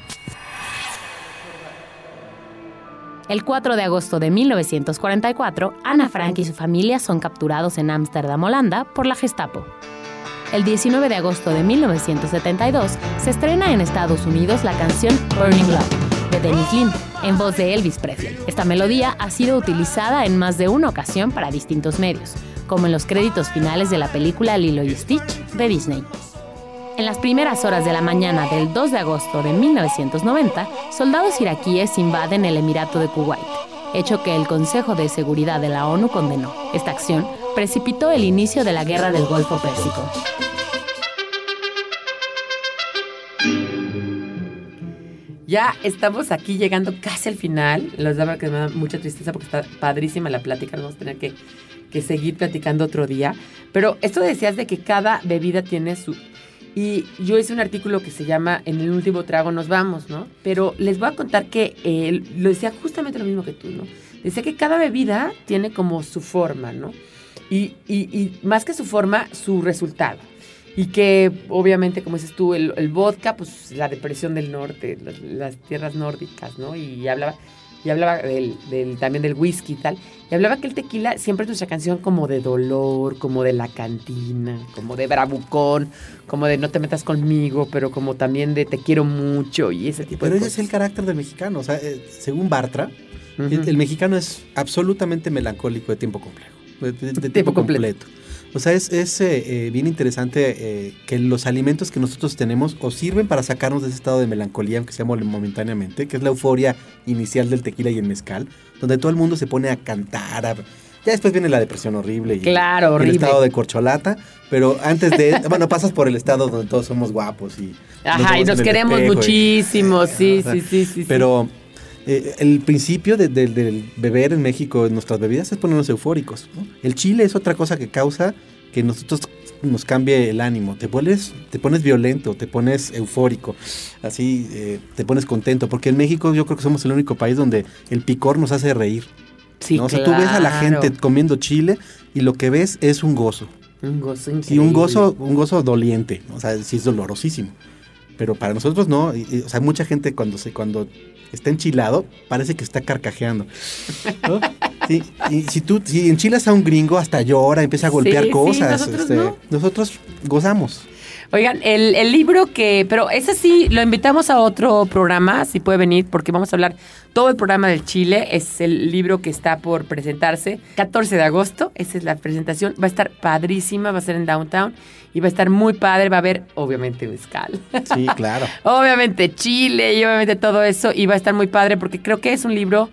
El cuatro de agosto de mil novecientos cuarenta y cuatro, Ana Frank y su familia son capturados en Ámsterdam, Holanda, por la Gestapo. El diecinueve de agosto de mil novecientos setenta y dos se estrena en Estados Unidos la canción Burning Love de Dennis Lynn, en voz de Elvis Presley. Esta melodía ha sido utilizada en más de una ocasión para distintos medios, como en los créditos finales de la película Lilo y Stitch de Disney. En las primeras horas de la mañana del dos de agosto de mil novecientos noventa, soldados iraquíes invaden el Emirato de Kuwait, hecho que el Consejo de Seguridad de la ONU condenó. Esta acción precipitó el inicio de la Guerra del Golfo Pérsico. Ya estamos aquí llegando casi al final. Los da que me da mucha tristeza porque está padrísima la plática. Nos vamos a tener que, que seguir platicando otro día. Pero esto decías de que cada bebida tiene su... Y yo hice un artículo que se llama En el último trago nos vamos, ¿no? Pero les voy a contar que eh, lo decía justamente lo mismo que tú, ¿no? Decía que cada bebida tiene como su forma, ¿no? Y, y, y más que su forma, su resultado. Y que, obviamente, como dices tú, el, el vodka, pues la depresión del norte, las, las tierras nórdicas, ¿no? Y hablaba, y hablaba del, del, también del whisky y tal. Y hablaba que el tequila siempre es nuestra canción como de dolor, como de la cantina, como de bravucón, como de no te metas conmigo, pero como también de te quiero mucho y ese tipo pero de ese cosas. Pero ese es el carácter del mexicano. O sea, eh, según Bartra, uh-huh. el, el mexicano es absolutamente melancólico de tiempo complejo, de, de, de tiempo, tiempo completo. completo. O sea, es, es eh, bien interesante eh, que los alimentos que nosotros tenemos o sirven para sacarnos de ese estado de melancolía, aunque sea momentáneamente, que es la euforia inicial del tequila y el mezcal, donde todo el mundo se pone a cantar. A... Ya después viene la depresión horrible y, claro, y horrible. el estado de corcholata, pero antes de... bueno, pasas por el estado donde todos somos guapos y... Ajá, nos y nos queremos muchísimo, y, sí, sí, sí, sí. Pero... Eh, el principio de, de, del beber en México, en nuestras bebidas, es ponernos eufóricos, ¿no? El chile es otra cosa que causa que nosotros nos cambie el ánimo. Te pones, te pones violento, te pones eufórico, así eh, te pones contento. Porque en México yo creo que somos el único país donde el picor nos hace reír. Sí, ¿no? O sea, claro. tú ves a la gente comiendo chile y lo que ves es un gozo. Un gozo increíble. Y un gozo, un gozo doliente, o sea, sí es dolorosísimo. Pero para nosotros no, y, y, o sea, mucha gente cuando se cuando está enchilado parece que está carcajeando, ¿no? Sí, y si tú si enchilas a un gringo hasta llora, empieza a golpear sí, cosas, sí, nosotros, este, no. nosotros gozamos. Oigan, el, el libro que, pero ese sí, lo invitamos a otro programa, si puede venir, porque vamos a hablar todo el programa del Chile, es el libro que está por presentarse, catorce de agosto, esa es la presentación, va a estar padrísima, va a ser en Downtown, y va a estar muy padre, va a haber, obviamente, mezcal. Sí, claro. Obviamente Chile, y obviamente todo eso, y va a estar muy padre, porque creo que es un libro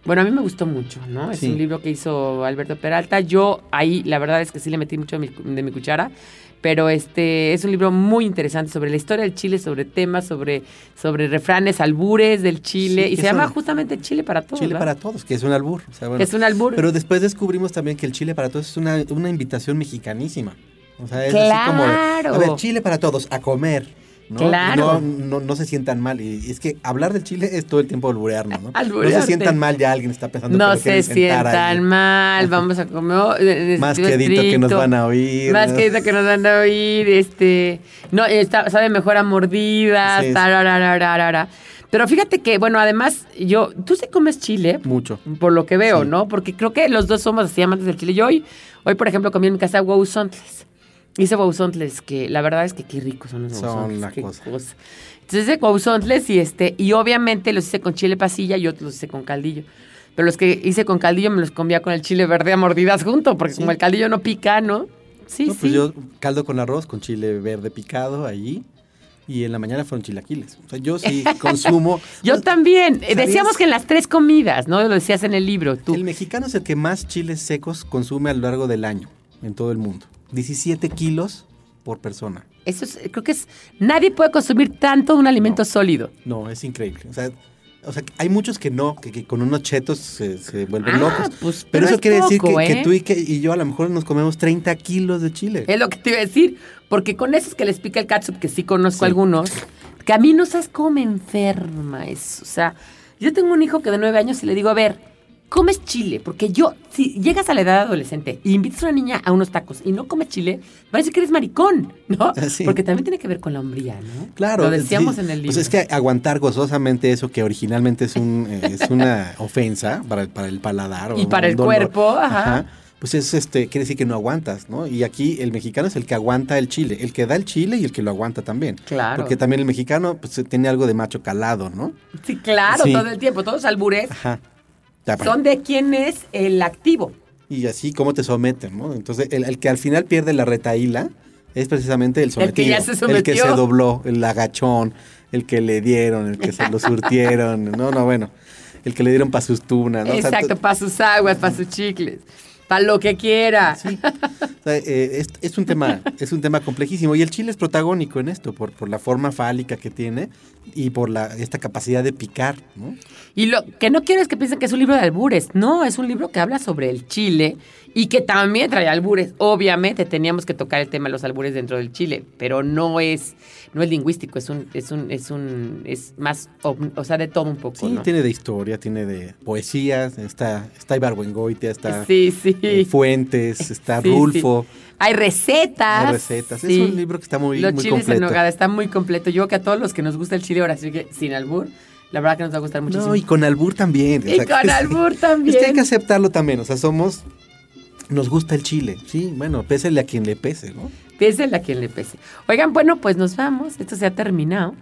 Bueno, a mí me gustó mucho, ¿no? Es Sí. un libro que hizo Alberto Peralta. Yo ahí, la verdad es que sí le metí mucho de mi, de mi cuchara, pero este es un libro muy interesante sobre la historia del Chile, sobre temas, sobre, sobre refranes, albures del Chile, Sí, y que se llama son- justamente Chile para todos. Chile ¿verdad? para todos, que es un albur. O sea, bueno, Que es un albur. Pero después descubrimos también que el Chile para todos es una, una invitación mexicanísima. O sea, es así como de, ¡Claro! a ver, Chile para todos, a comer. ¿no? Claro. No, no, no se sientan mal. Y es que hablar del Chile es todo el tiempo alburearnos, ¿no? No Alburearte. se sientan mal, ya alguien está pensando No que lo se quieren sentar ahí. sientan mal, vamos a comer. oh, eh, Más vestido quedito que nos estricto, van a oír. Más ¿no? quedito que nos van a oír, este. No, está, sabe mejor a mordidas, Sí, sí. tararararara. Pero fíjate que, bueno, además, yo, tú sí comes chile, Mucho. por lo que veo, Sí. ¿no? Porque creo que los dos somos así amantes del chile. Yo hoy, hoy por ejemplo, comí en mi casa guauzontles. Hice guauzontles, que la verdad es que qué ricos son los Son guauzontles. la qué cosa. cosa. Entonces hice guauzontles y este, y obviamente los hice con chile pasilla y otros los hice con caldillo. Pero los que hice con caldillo me los comía con el chile verde a mordidas junto, porque Sí. como el caldillo no pica, ¿no? Sí, No, sí. pues yo caldo con arroz, con chile verde picado allí. Y en la mañana fueron chilaquiles. O sea, yo sí consumo. Yo también. Eh, ¿Sabías? Decíamos que en las tres comidas, ¿no? Lo decías en el libro, tú. El mexicano es el que más chiles secos consume a lo largo del año en todo el mundo. diecisiete kilos por persona. Eso es, creo que es. Nadie puede consumir tanto de un alimento sólido. No, es increíble. O sea, o sea, hay muchos que no, que, que con unos chetos se, se vuelven Ah, locos. pues, pero, pero eso es quiere decir poco, que, que ¿eh? tú y, que, y yo a lo mejor nos comemos treinta kilos de chile. Es lo que te iba a decir. Porque con esos que les pica el catsup, que sí conozco Sí. algunos, que a mí no sabes cómo me enferma eso. O sea, yo tengo un hijo que de nueve años y le digo, a ver, comes chile, porque yo, si llegas a la edad adolescente y invitas a una niña a unos tacos y no come chile, parece que eres maricón, ¿no? Sí. Porque también tiene que ver con la hombría, ¿no? Claro. Lo decíamos sí. en el libro. Pues es que aguantar gozosamente eso que originalmente es, un, eh, es una ofensa para, el- para el paladar. o Y para un el dolor. cuerpo, ajá. Pues es este, quiere decir que no aguantas, ¿no? Y aquí el mexicano es el que aguanta el chile, el que da el chile y el que lo aguanta también. Claro. Porque también el mexicano pues tiene algo de macho calado, ¿no? Sí, claro, Sí. todo el tiempo. Todos los albures Ajá. Ya, son de quién es el activo. Y así cómo te someten, ¿no? Entonces, el, el que al final pierde la retaíla es precisamente el sometido. que ya se El que sometió. se dobló, el agachón, el que le dieron, el que se lo surtieron. No, no, bueno. El que le dieron para sus tunas, ¿no? O sea, Exacto, para sus aguas, para sus chicles, para lo que quiera. Sí. O sea, eh, es, es un tema, es un tema complejísimo. Y el chile es protagónico en esto, por, por la forma fálica que tiene y por la, esta capacidad de picar, ¿no? Y lo que no quiero es que piensen que es un libro de albures. No, es un libro que habla sobre el chile y que también trae albures. Obviamente teníamos que tocar el tema de los albures dentro del chile, pero no es, no es lingüístico, es un, es un, es un, es más, o, o sea, de todo un poco, Sí, ¿no? tiene de historia, tiene de poesías, está, está Ibargüengoitia, está Sí, sí. eh, Fuentes, está Sí, Rulfo. sí. Hay recetas. Hay recetas. Sí. Es un libro que está muy, Los muy chiles completo. en nogada está muy completo. Yo creo que a todos los que nos gusta el chile ahora sí que sin albur, la verdad que nos va a gustar muchísimo. No, y con albur también. Y con albur también. Es que hay que aceptarlo también. O sea, somos. Nos gusta el chile. Sí, bueno, pésele a quien le pese, ¿no? Pésele a quien le pese. Oigan, bueno, pues nos vamos. Esto se ha terminado.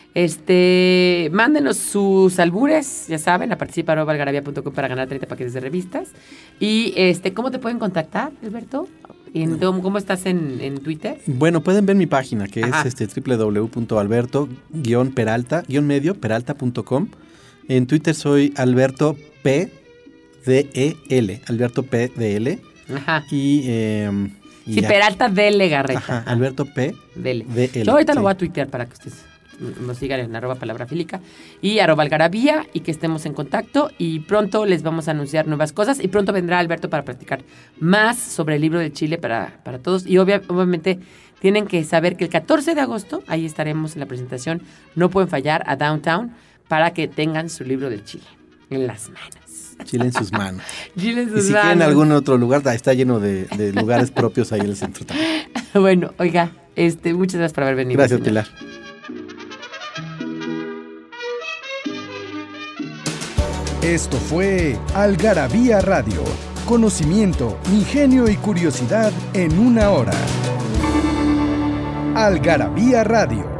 Este, mándenos sus albures, ya saben, a participar arroba algarabía punto com para ganar treinta paquetes de revistas. Y este, ¿cómo te pueden contactar, Alberto? ¿En, ¿Cómo estás en, en Twitter? Bueno, pueden ver mi página que Ajá. es este w w w punto alberto guion peralta guion medio peralta punto com. En Twitter soy Alberto P D E L, Alberto P D L. Ajá. Y, eh, y Sí, ya- Peralta de Legarreta. Ajá, Alberto P Dele. D L. Yo ahorita sí. lo voy a tuitear para que ustedes nos sigan en arroba palabra fílica y arroba algarabía y que estemos en contacto y pronto les vamos a anunciar nuevas cosas y pronto vendrá Alberto para platicar más sobre el libro de Chile para, para todos y obvia, obviamente tienen que saber que el catorce de agosto ahí estaremos en la presentación No Pueden Fallar a Downtown para que tengan su libro del Chile en las manos. Chile en sus manos. Chile en Y sus si quieren manos. algún otro lugar, está lleno de, de lugares propios ahí en el centro también. Bueno, oiga, este, muchas gracias por haber venido. Gracias, señor. Pilar. Esto fue Algarabía Radio. Conocimiento, ingenio y curiosidad en una hora. Algarabía Radio.